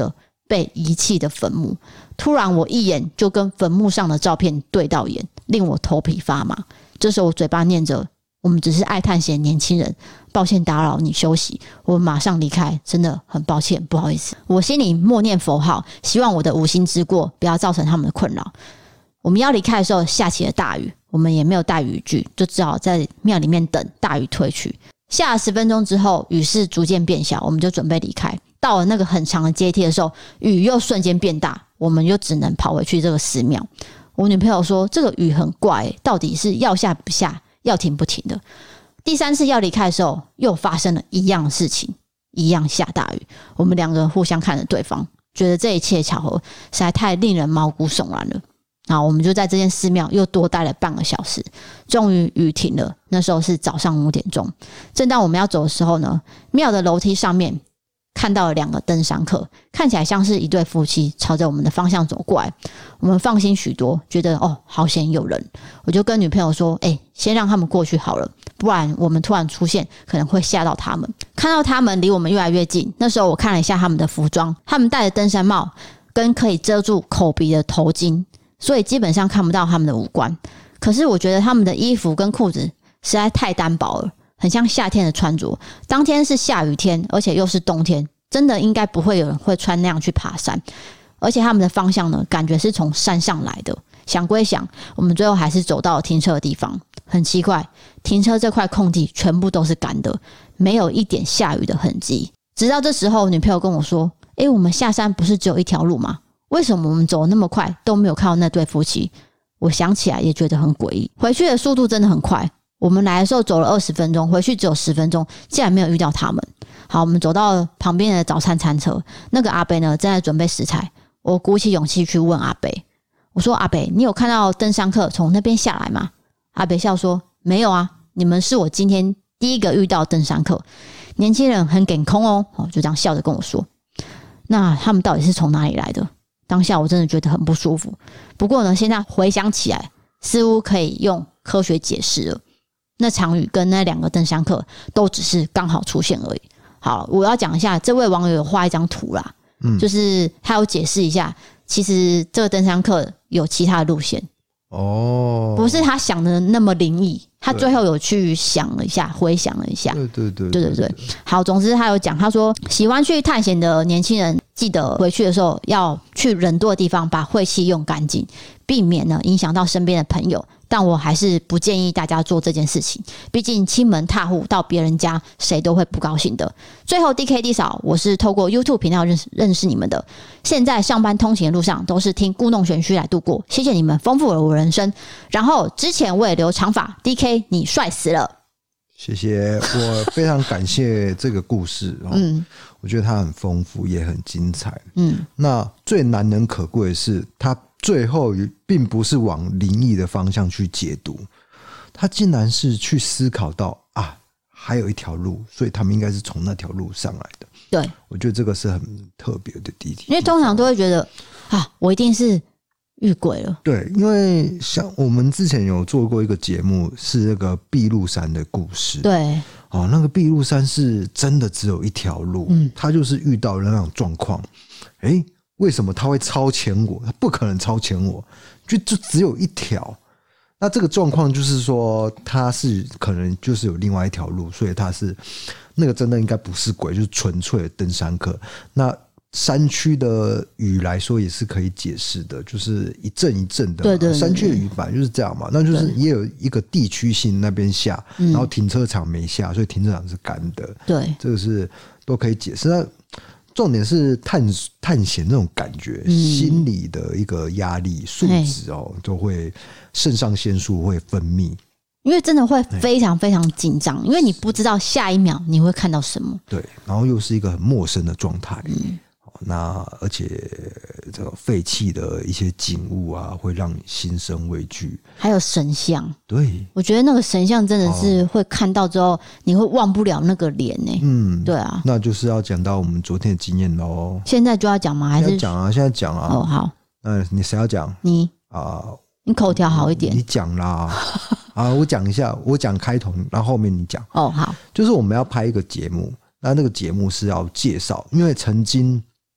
被遗弃的坟墓。突然我一眼就跟坟墓上的照片对到眼，令我头皮发麻。这时候我嘴巴念着，我们只是爱探险的年轻人，抱歉打扰你休息，我们马上离开，真的很抱歉，不好意思。我心里默念佛号，希望我的无心之过不要造成他们的困扰。我们要离开的时候下起了大雨，我们也没有带雨具，就只好在庙里面等大雨退去。下了10分钟之后，雨势逐渐变小，我们就准备离开。到了那个很长的阶梯的时候，雨又瞬间变大，我们就只能跑回去这个寺庙。我女朋友说这个雨很怪，到底是要下不下，要停不停的。第3次要离开的时候，又发生了一样的事情，一样下大雨。我们2个人互相看着对方，觉得这一切巧合实在太令人毛骨悚然了。然后我们就在这间寺庙又多待了半个小时，终于雨停了。那时候是早上5点钟，正当我们要走的时候呢，庙的楼梯上面看到了2个登山客，看起来像是一对夫妻，朝着我们的方向走过来。我们放心许多，觉得好险有人。我就跟女朋友说先让他们过去好了，不然我们突然出现可能会吓到他们。看到他们离我们越来越近，那时候我看了一下他们的服装，他们戴着登山帽跟可以遮住口鼻的头巾，所以基本上看不到他们的五官。可是我觉得他们的衣服跟裤子实在太单薄了，很像夏天的穿着。当天是下雨天，而且又是冬天，真的应该不会有人会穿那样去爬山。而且他们的方向呢，感觉是从山上来的。想归想，我们最后还是走到了停车的地方。很奇怪，停车这块空地全部都是干的，没有一点下雨的痕迹。直到这时候，女朋友跟我说我们下山不是只有一条路吗？为什么我们走得那么快都没有看到那对夫妻？我想起来也觉得很诡异。回去的速度真的很快，我们来的时候走了20分钟，回去只有10分钟，竟然没有遇到他们。好，我们走到旁边的早餐餐车，那个阿伯呢正在准备食材。我鼓起勇气去问阿伯，我说阿伯，你有看到登山客从那边下来吗？阿伯笑说没有啊，你们是我今天第一个遇到登山客，年轻人很敢空哦，就这样笑着跟我说。那他们到底是从哪里来的？当下我真的觉得很不舒服。不过呢，现在回想起来，似乎可以用科学解释了。那场雨跟那2个登山客都只是刚好出现而已。好，我要讲一下，这位网友有画一张图啦，就是他有解释一下，其实这个登山客有其他的路线。不是他想的那么灵异，他最后有去想了一下，回想了一下。对。好，总之他有讲，他说喜欢去探险的年轻人，记得回去的时候要去人多的地方，把晦气用干净，避免呢影响到身边的朋友。但我还是不建议大家做这件事情，毕竟亲门踏户到别人家，谁都会不高兴的。最后 DKD 嫂，我是透过 YouTube 频道认识你们的，现在上班通勤的路上都是听故弄玄虚来度过，谢谢你们丰富了我人生。然后之前我也留长发 ，DK 你帅死了， 谢谢，我非常感谢这个故事我觉得它很丰富也很精彩。那最难能可贵的是它最后并不是往灵异的方向去解读，他竟然是去思考到还有一条路，所以他们应该是从那条路上来的。 对， 我觉得这个是很特别的地方， 因为通常都会觉得我一定是遇鬼了。 对，因为像我们之前有做过一个节目，是那个筚路山的故事。 对， 那个筚路山是真的只有一条路，他就是遇到了那种状况，为什么他会超前我？他不可能超前我，就只有一条。那这个状况就是说，他是可能就是有另外一条路，所以他是那个真的应该不是鬼，就是纯粹的登山客。那山区的雨来说也是可以解释的，就是一阵一阵的嘛。对，山区的雨本来就是这样嘛，那就是也有一个地区性那边下，然后停车场没下，所以停车场是干的。对，这个是都可以解释。那重点是探险那种感觉，心理的一个压力素质就会肾上腺素会分泌， 因为真的会非常非常紧张，因为你不知道下一秒你会看到什么。 对，然后又是一个很陌生的状态。那而且这个废弃的一些景物会让你心生畏惧。还有神像，对，我觉得那个神像真的是会看到之后你会忘不了那个脸对啊，那就是要讲到我们昨天的经验咯。现在就要讲吗？还是讲啊？现在讲啊。好，你谁要讲？你你口条好一点，你讲啦。我讲一下，我讲开头，然后后面你讲。好，就是我们要拍一个节目，那个节目是要介绍，因为曾经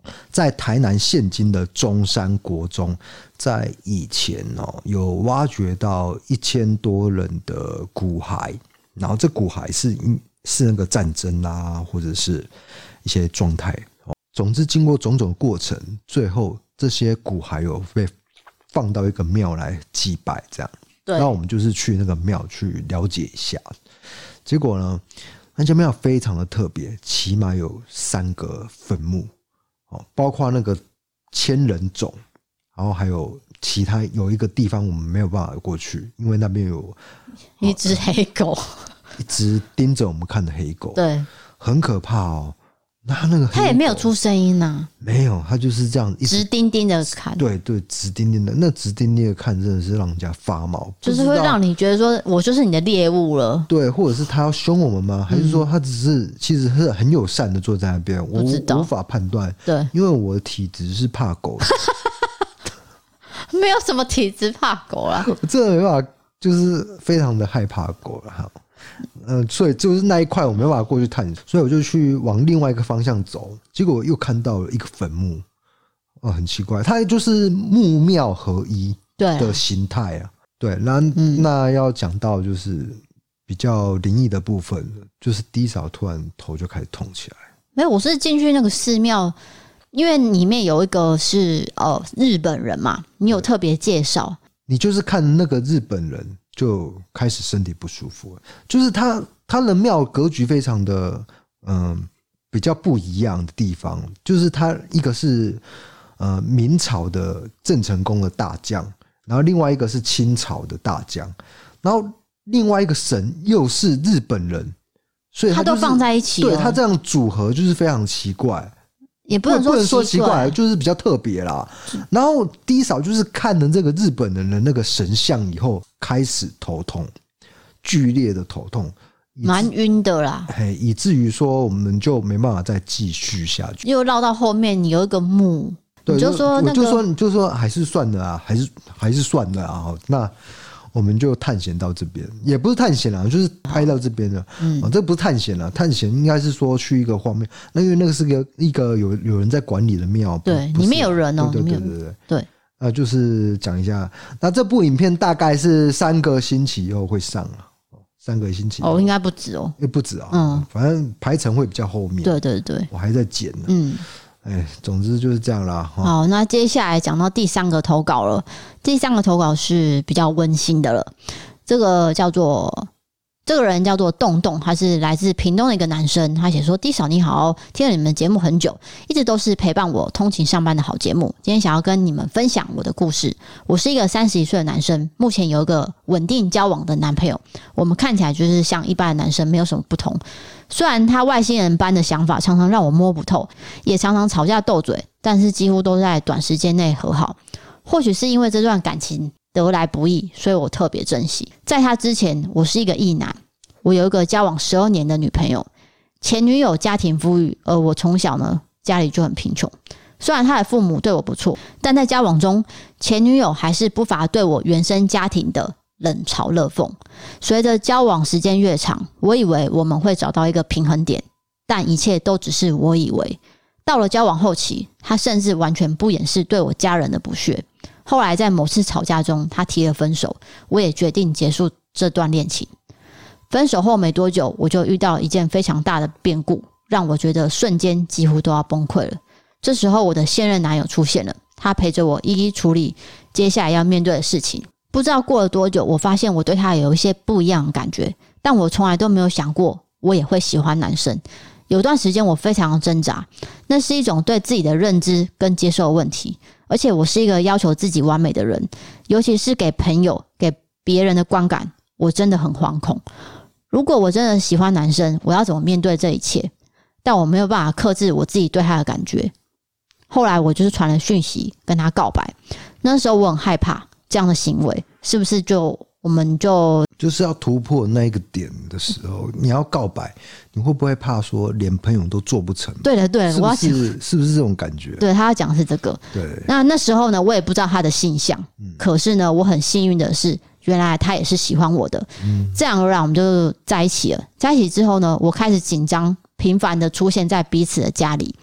在台南现今的中山国中，在以前有挖掘到1000多人的骨骸，然后这骨骸是那个战争啦，或者是一些状态。总之经过种种过程，最后这些骨骸有被放到一个庙来祭拜，这样。对，那我们就是去那个庙去了解一下。结果呢，那间庙非常的特别，起码有3个坟墓，包括那个千人冢，然后还有其他有一个地方我们没有办法过去，因为那边有一只黑狗， 一只盯着我们看的黑狗， 对， 很可怕哦。那个他也没有出声音啊， 没有，他就是这样一直直盯盯的看， 对对，直盯盯的，那直盯盯的看真的是让人家发毛， 就是会让你觉得说我就是你的猎物了， 对，或者是他要凶我们吗？还是说他只是其实是很友善的坐在那边？我无法判断，对，因为我的体质是怕狗的， 没有什么体质怕狗啦， 我真的没办法，就是非常的害怕狗了哈。所以就是那一块我没办法过去探，所以我就去往另外一个方向走，结果又看到了一个坟墓，很奇怪，它就是墓庙合一的形态啊。对，那要讲到就是比较灵异的部分，就是D嫂突然头就开始痛起来。 没有，我是进去那个寺庙，因为里面有一个是日本人嘛，你有特别介绍， 你就是看那个日本人就开始身体不舒服了，就是他的庙格局非常的比较不一样的地方，就是他一个是明朝的郑成功的大将，然后另外一个是清朝的大将，然后另外一个神又是日本人，所以他都放在一起， 对，他这样组合就是非常奇怪。 也不能说奇怪，就是比较特别啦。然后D嫂就是看了这个日本人的那个神像以后，开始头痛，剧烈的头痛， 蛮晕的啦。 以至于说我们就没办法再继续下去。 又绕到后面，你有一个墓，你就说那个， 你就说还是算了啊，还是算了啊。那我们就探险到这边，也不是探险啦，就是拍到这边了。这不是探险啦，探险应该是说去一个荒谬，那因为那个是一个有人在管理的庙， 对，里面有人哦， 对，就是讲一下，那这部影片大概是3个星期以后会上啊，3个星期应该不止哦， 不止啊，反正排程会比较后面， 对， 我还在剪呢，总之就是这样啦。 好，那接下来讲到第3个投稿了。第3个投稿是比较温馨的了。这个人叫做洞洞，他是来自屏东的一个男生。他写说：“D嫂你好，听了你们的节目很久，一直都是陪伴我通勤上班的好节目。今天想要跟你们分享我的故事。我是一个31岁的男生，目前有一个稳定交往的男朋友。我们看起来就是像一般的男生，没有什么不同。虽然他外星人般的想法常常让我摸不透，也常常吵架斗嘴，但是几乎都在短时间内和好。或许是因为这段感情得来不易，所以我特别珍惜。在他之前，我是一个异男，我有一个交往12年的女朋友，前女友家庭富裕，而我从小呢家里就很贫穷。虽然他的父母对我不错，但在交往中，前女友还是不乏对我原生家庭的冷嘲热讽。随着交往时间越长，我以为我们会找到一个平衡点，但一切都只是我以为。到了交往后期，他甚至完全不掩饰对我家人的不屑。后来在某次吵架中，他提了分手，我也决定结束这段恋情。分手后没多久，我就遇到一件非常大的变故，让我觉得瞬间几乎都要崩溃了。这时候我的现任男友出现了，他陪着我一一处理接下来要面对的事情。不知道过了多久，我发现我对他有一些不一样的感觉，但我从来都没有想过我也会喜欢男生。有段时间我非常的挣扎，那是一种对自己的认知跟接受的问题，而且我是一个要求自己完美的人，尤其是给朋友给别人的观感，我真的很惶恐。如果我真的喜欢男生，我要怎么面对这一切？但我没有办法克制我自己对他的感觉。后来我就是传了讯息跟他告白，那时候我很害怕这样的行为是不是我们就是要突破那一个点的时候，你要告白，你会不会怕说连朋友都做不成？ 对的， 是不是这种感觉？ 对，他要讲的是这个。 对， 那时候呢，我也不知道他的性向，可是呢，我很幸运的是，原来他也是喜欢我的。这样而然我们就在一起了。在一起之后呢，我开始紧张，频繁的出现在彼此的家里。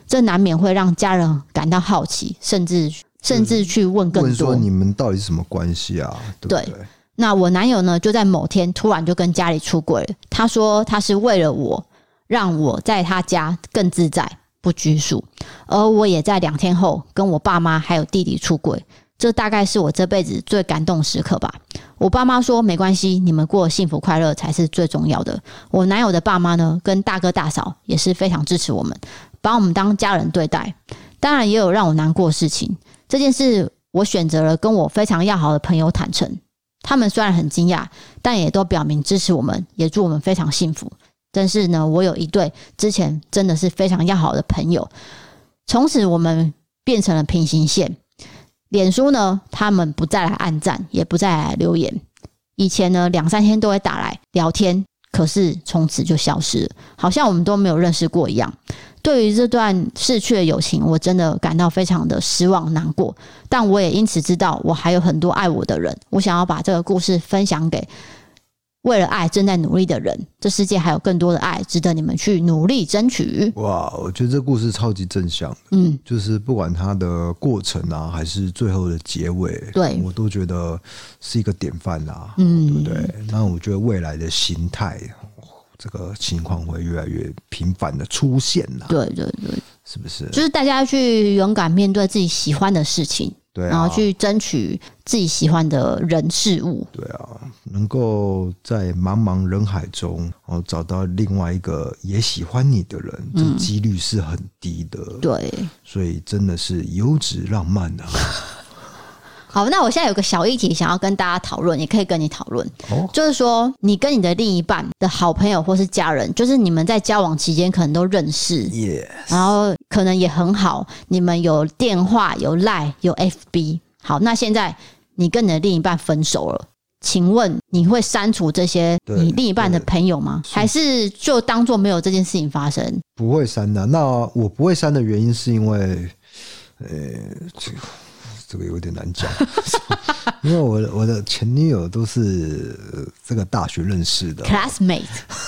这难免会让家人感到好奇，甚至去问更多， 问说你们到底是什么关系啊？对不对？ 对，那我男友呢，就在某天突然就跟家里出柜了。他说他是为了我，让我在他家更自在，不拘束。而我也在2天后跟我爸妈还有弟弟出柜。这大概是我这辈子最感动时刻吧。我爸妈说没关系，你们过得幸福快乐才是最重要的。我男友的爸妈呢，跟大哥大嫂也是非常支持我们，把我们当家人对待。当然也有让我难过的事情，这件事我选择了跟我非常要好的朋友坦诚。他们虽然很惊讶，但也都表明支持我们，也祝我们非常幸福。但是呢，我有一对之前真的是非常要好的朋友，从此我们变成了平行线。脸书呢，他们不再来按赞，也不再来留言。以前呢，2-3天都会打来聊天，可是从此就消失了，好像我们都没有认识过一样。对于这段逝去的友情，我真的感到非常的失望难过，但我也因此知道我还有很多爱我的人。我想要把这个故事分享给为了爱正在努力的人，这世界还有更多的爱值得你们去努力争取。 哇，我觉得这故事超级正向，就是不管它的过程啊，还是最后的结尾， 对， 我都觉得是一个典范啦，对不对？那我觉得未来的形态，这个情况会越来越频繁的出现啦， 对对对， 是不是？ 就是大家去勇敢面对自己喜欢的事情， 对啊， 然后去争取自己喜欢的人事物。 对啊，能够在茫茫人海中找到另外一个也喜欢你的人，这几率是很低的。 对， 所以真的是优质浪漫啊。 好，那我现在有个小议题想要跟大家讨论，也可以跟你讨论，就是说你跟你的另一半的好朋友或是家人，就是你们在交往期间可能都认识， yes. 然后可能也很好，你们有电话有 LINE 有 FB。 好，那现在你跟你的另一半分手了，请问你会删除这些你另一半的朋友吗？还是就当作没有这件事情发生？ 不会删的。那我不会删的原因是因为这个有点难讲，因为我的前女友都是这个大学认识的 classmate，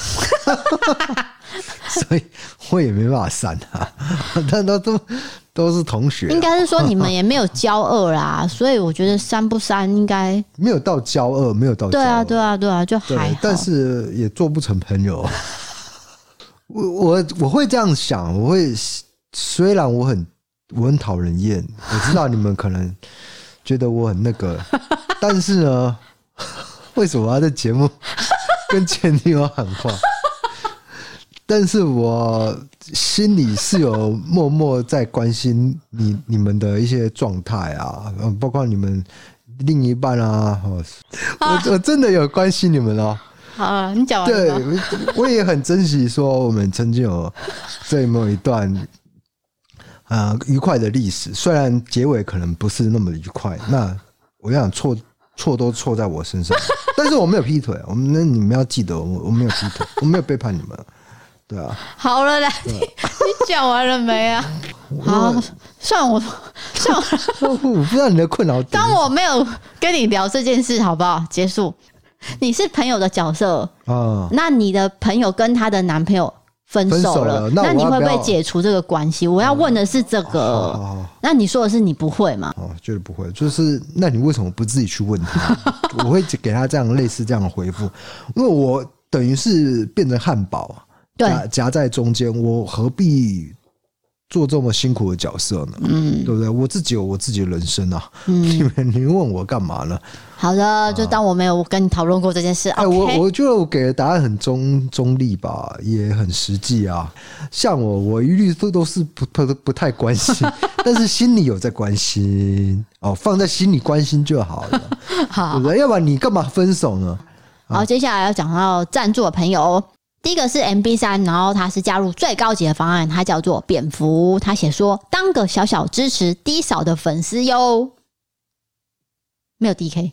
所以我也没办法删啊。但都是同学， 应该是说你们也没有交恶啦，所以我觉得删不删应该没有到交恶，没有到交恶， 对啊，就还好， 但是也做不成朋友。我会这样想，我会虽然我很讨人厌，我知道你们可能觉得我很那个，但是呢，为什么我要在节目跟前女友喊话？但是我心里是有默默在关心你们的一些状态啊，包括你们另一半啊，我真的有关心你们哦。 好，你讲完了。对，我也很珍惜说我们曾经有这么一段愉快的历史，虽然结尾可能不是那么愉快。那我想错都错在我身上，但是我没有劈腿，你们要记得我没有劈腿，我没有背叛你们。对啊， 好了啦，你讲完了没啊？好，算我我不知道你的困扰点。 当我没有跟你聊这件事，好不好？结束。你是朋友的角色那你的朋友跟她的男朋友分手了，那你会不会解除这个关系？我要问的是这个。那你说的是你不会吗？ 绝对不会。就是那你为什么不自己去问他？我会给他这样类似这样的回复，因为我等于是变成汉堡。夹在中间，我何必做这么辛苦的角色呢？对不对？我自己有我自己的人生啊，你问我干嘛呢？ 好的，就当我没有跟你讨论过这件事。 我觉得我给的答案很中立吧，也很实际啊。像我一律都是不太关心，但是心里有在关心放在心里关心就好了，好，对不对？要不然你干嘛分手呢？ 好，接下来要讲到赞助的朋友。第一个是 MB3， 然后他是加入最高级的方案，他叫做蝙蝠。他写说当个小小支持低扫的粉丝哟，没有 DK。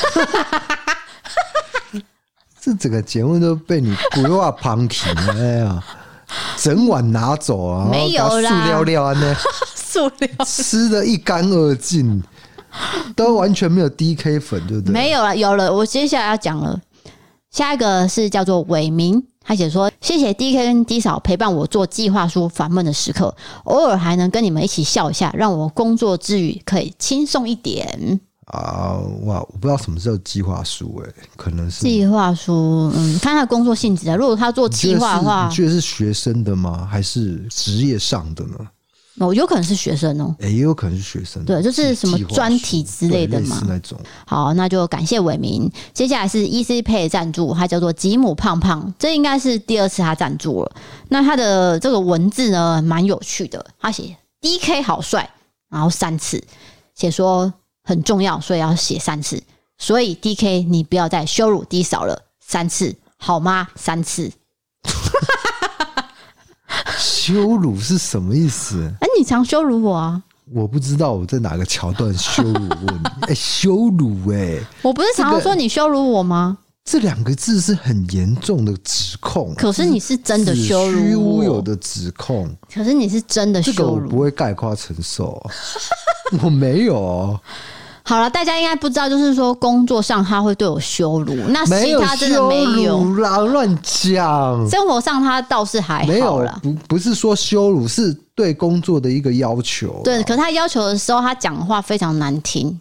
这整个节目都被你规划旁起了，整碗拿走啊， 没有啦， 塑料料呢， 塑料吃得一干二净，都完全没有 DK 粉，对不对？ 没有了，有了，我接下来要讲了。下一个是叫做伟明， 他写说谢谢 DK 跟 D 嫂陪伴我做计划书烦闷的时刻，偶尔还能跟你们一起笑一下，让我工作之余可以轻松一点。 哇，我不知道什么叫计划书可能是计划书，看他的工作性质啊。如果他做计划的话， 你觉得是学生的吗？还是职业上的呢？ 有可能是学生哦， 也有可能是学生， 对，就是什么专题之类的嘛， 类似那种。 好，那就感谢伟明。接下来是 ECPay 的赞助，他叫做吉姆胖胖，这应该是第2次他赞助了。那他的这个文字呢，蛮有趣的，他写 DK 好帅，然后3次，写说很重要，所以要写3次。所以 DK 你不要再羞辱 D 嫂了，3次好吗？3次。 羞辱是什么意思？ 你常羞辱我啊！ 我不知道我在哪个桥段羞辱你。羞辱我不是常常说你羞辱我吗？ 这2个字是很严重的指控。 可是你是真的羞辱我， 子虚乌有的指控。 可是你是真的羞辱， 这个我不会概括承受。我没有。 好了，大家应该不知道，就是说工作上他会对我羞辱，那其他真的没有啦，乱讲。 生活上他倒是还好啦， 没有，不是说羞辱，是对工作的一个要求。 对，可他要求的时候，他讲话非常难听。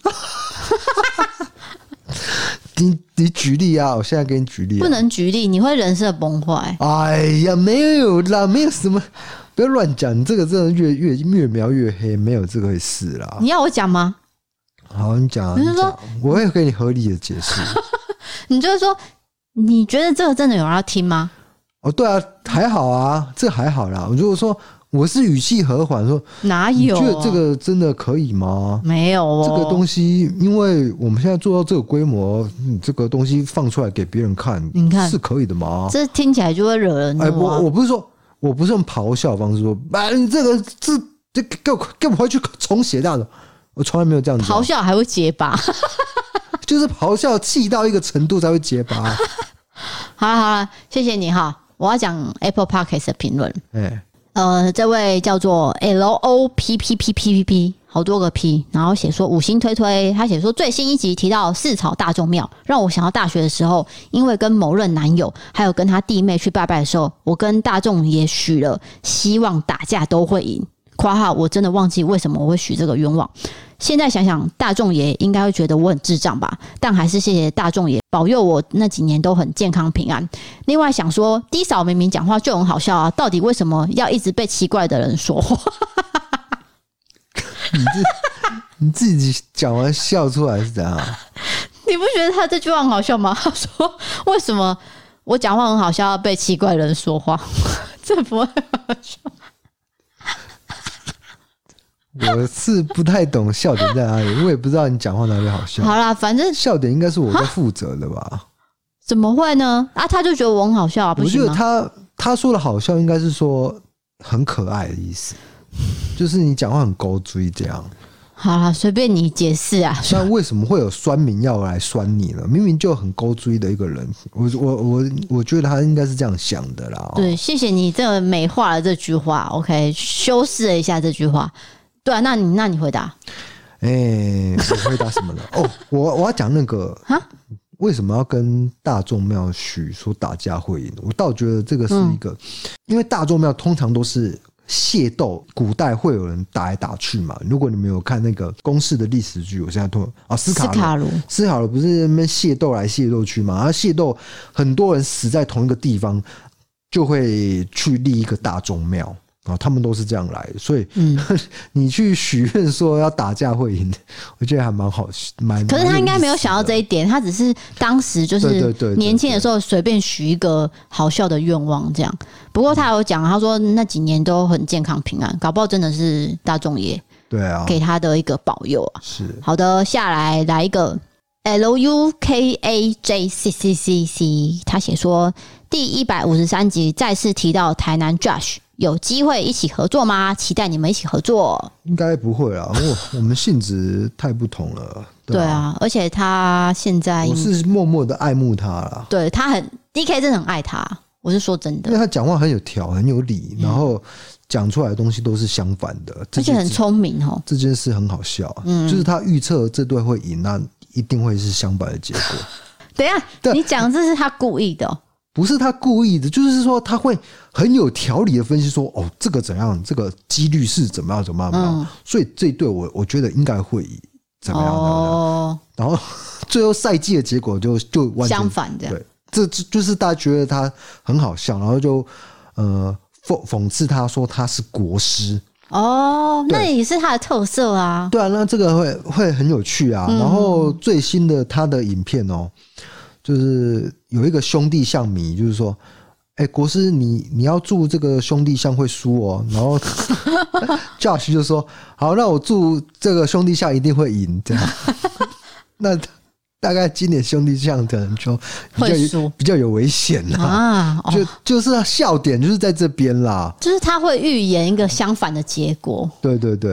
你举例啊！我现在给你举例。 不能举例，你会人设崩坏。 哎呀，没有啦，没有什么，不要乱讲。你这个真的越描越黑，没有这回事啦。 你要我讲吗？ 好，你讲，我会给你合理的解释。 你就是说，你觉得这个真的有人要听吗？ 对啊，还好啊，这还好啦。如果说我是语气和缓说， 哪有？ 你觉得这个真的可以吗？ 没有哦， 这个东西，因为我们现在做到这个规模，这个东西放出来给别人看，你看是可以的吗？ 这听起来就会惹人怒啊。 我不是用咆哮的方式说，你这给我回去重写这样的。我从来没有这样子。 咆哮还会结巴， 就是咆哮气到一个程度才会结巴。 好了，谢谢你哈。我要讲 Apple Podcast 的评论。这位叫做 LOPPPPP， 好多个 P， 然后写说5星推推。他写说最新一集提到4草大众庙，让我想到大学的时候，因为跟某任男友还有跟他弟妹去拜拜的时候，我跟大众也许了希望打架都会赢。括号我真的忘记为什么我会许这个愿望。现在想想，大众爷应该会觉得我很智障吧，但还是谢谢大众爷保佑我那几年都很健康平安。另外想说，D嫂明明讲话就很好笑啊，到底为什么要一直被奇怪的人说话？ 你自己讲完笑出来是怎样？ 你不觉得他这句话很好笑吗？他说为什么我讲话很好笑要被奇怪的人说话？这不会好笑。 我是不太懂笑点在哪里，我也不知道你讲话哪里好笑。 好啦，反正笑点应该是我在负责的吧？ 怎么会呢？他就觉得我很好笑啊，不行吗？ 我觉得他说的好笑，应该是说很可爱的意思，就是你讲话很勾追这样。 好啦，随便你解释啊。 那为什么会有酸民要来酸你呢？明明就很勾追的一个人，我觉得他应该是这样想的啦。 对，谢谢你这个美化了这句话 ，OK， 修饰了一下这句话。对啊，那你回答？ 我回答什么呢？我要讲那个为什么要跟大众庙许说打架会赢？我倒觉得这个是一个，因为大众庙通常都是械斗，古代会有人打来打去嘛。如果你们有看那个公式的历史剧，我现在斯卡鲁不是那边械斗来械斗去嘛？然后械斗很多人死在同一个地方，就会去立一个大众庙。他们都是这样来的，所以你去许愿说要打架会赢，我觉得还蛮好，可是他应该没有想到这一点，他只是当时就是年轻的时候随便许一个好笑的愿望这样。不过他有讲，他说那几年都很健康平安，搞不好真的是大众爷对啊给他的一个保佑啊。 是好的，下来一个 LUKAJCCCC， 他写说第153集再次提到台南 Josh。有机会一起合作吗？期待你们一起合作。应该不会啦，我们性质太不同了。 对啊，而且他现在我是默默的爱慕他啦。 对他DK 真的很爱他，我是说真的， 因为他讲话很有条，很有理，然后讲出来的东西都是相反的， 而且很聪明哦。 这件事很好笑，就是他预测这对会赢，那一定会是相反的结果。 等一下，你讲这是他故意的哦？ 不是他故意的，就是说他会很有条理的分析说，哦，这个怎样，这个几率是怎么样怎么样，所以这一队我觉得应该会怎么样然后最后赛季的结果就完全相反这样。 对，这就是大家觉得他很好笑，然后就讽刺他说他是国师。 那也是他的特色啊。 对啊，那这个会很有趣啊。然后最新的他的影片就是有一个兄弟象迷，就是说，国师你要祝这个兄弟象会输哦。然后Josh 就说，好，那我祝这个兄弟象一定会赢，这样。那大概今年兄弟象可能就比较有危险啦就是笑点就是在这边啦， 就是他会预言一个相反的结果。 对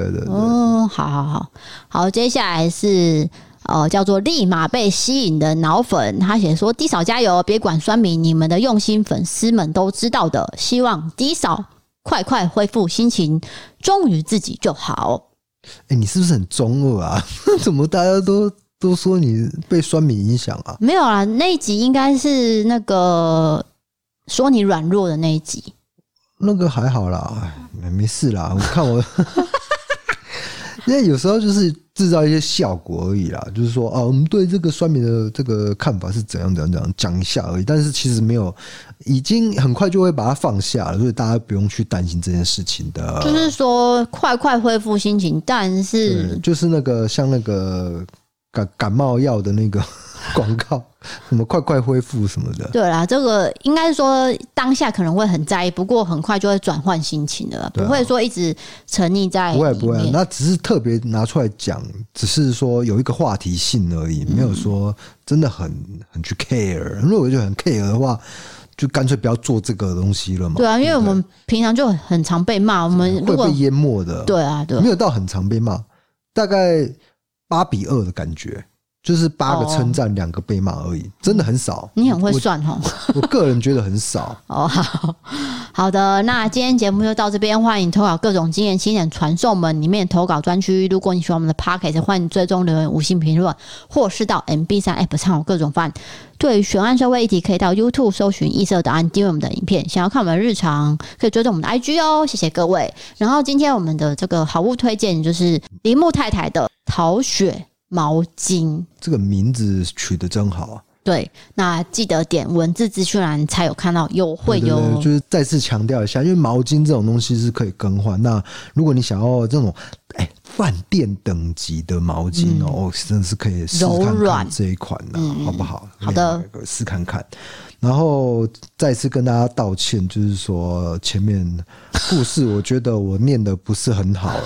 好，接下来是叫做立马被吸引的脑粉，他写说低嫂加油，别管酸民，你们的用心粉丝们都知道的，希望低嫂快快恢复心情，忠于自己就好。 你是不是很中二啊？怎么大家都说你被酸民影响啊？ 没有啦，那一集应该是那个说你软弱的那一集。 那个还好啦，没事啦。我看我，因为有时候就是制造一些效果而已啦，就是说我们对这个酸民的这个看法是怎样讲一下而已，但是其实没有，已经很快就会把它放下了，所以大家不用去担心这件事情的。 就是说快快恢复心情，但是就是那个像那个感冒药的那个广告，什么快快恢复什么的。对啦，这个应该是说当下可能会很在意，不过很快就会转换心情的，不会说一直沉溺在里面。 不会，那只是特别拿出来讲，只是说有一个话题性而已，没有说真的很去 care。如果就很 care 的话，就干脆不要做这个东西了嘛。 对啊，因为我们平常就很常被骂，我们会被淹没的。 对啊， 没有到很常被骂，大概8-2的感觉，就是8个称赞2个被骂而已，真的很少。 你很会算我个人觉得很少。 好的，那今天节目就到这边，欢迎投稿各种经验青年传送门里面投稿专区。如果你喜欢我们的 Podcast， 欢迎追踪留言5星评论，或是到 MB3 App 参考各种范。对于悬案社会议题，可以到 YouTube 搜寻异色档案，订阅我们的影片。想要看我们的日常，可以追踪我们的 IG 哦，谢谢各位。然后今天我们的这个好物推荐就是铃木太太的桃雪毛巾， 这个名字取得真好。 对，那记得点文字资讯栏才有看到优惠哟。 对，就是再次强调一下，因为毛巾这种东西是可以更换。那如果你想要这种饭店等级的毛巾真的是可以试看看这一款好不好？ 好的， 试看看。然后再次跟大家道歉，就是说前面故事我觉得我念的不是很好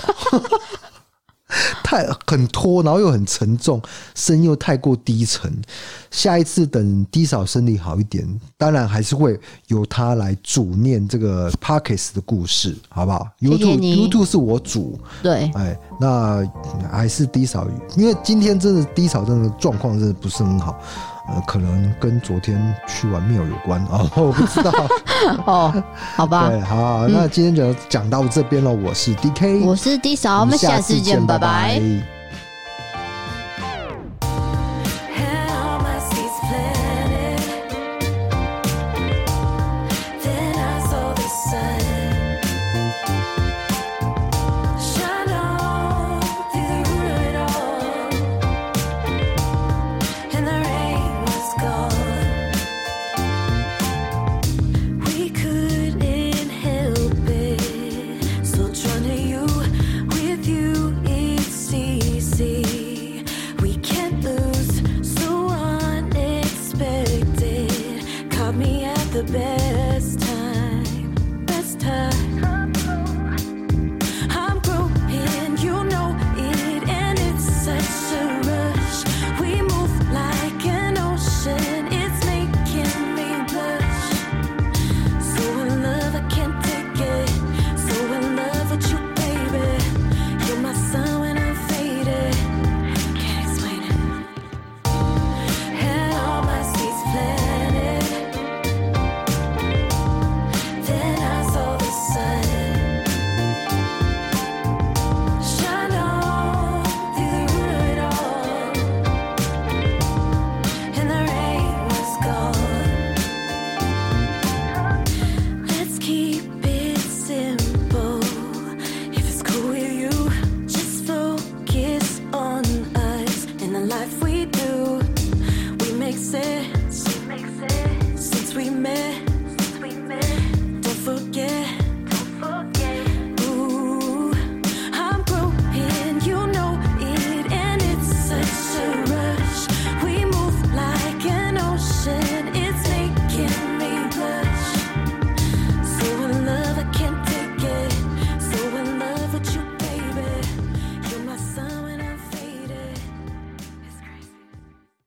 很拖，然后又很沉重，声又太过低沉。下一次等低嫂身体好一点，当然还是会由他来主念这个 Podcast 的故事，好不好？ YouTube 是我主， 对， 那还是低嫂，因为今天真的低嫂真的状况真的不是很好。可能跟昨天去完庙有关我不知道好吧。 对，好，那今天就讲到这边了。我是 DK， 我是 D 嫂，我们下次见，拜拜。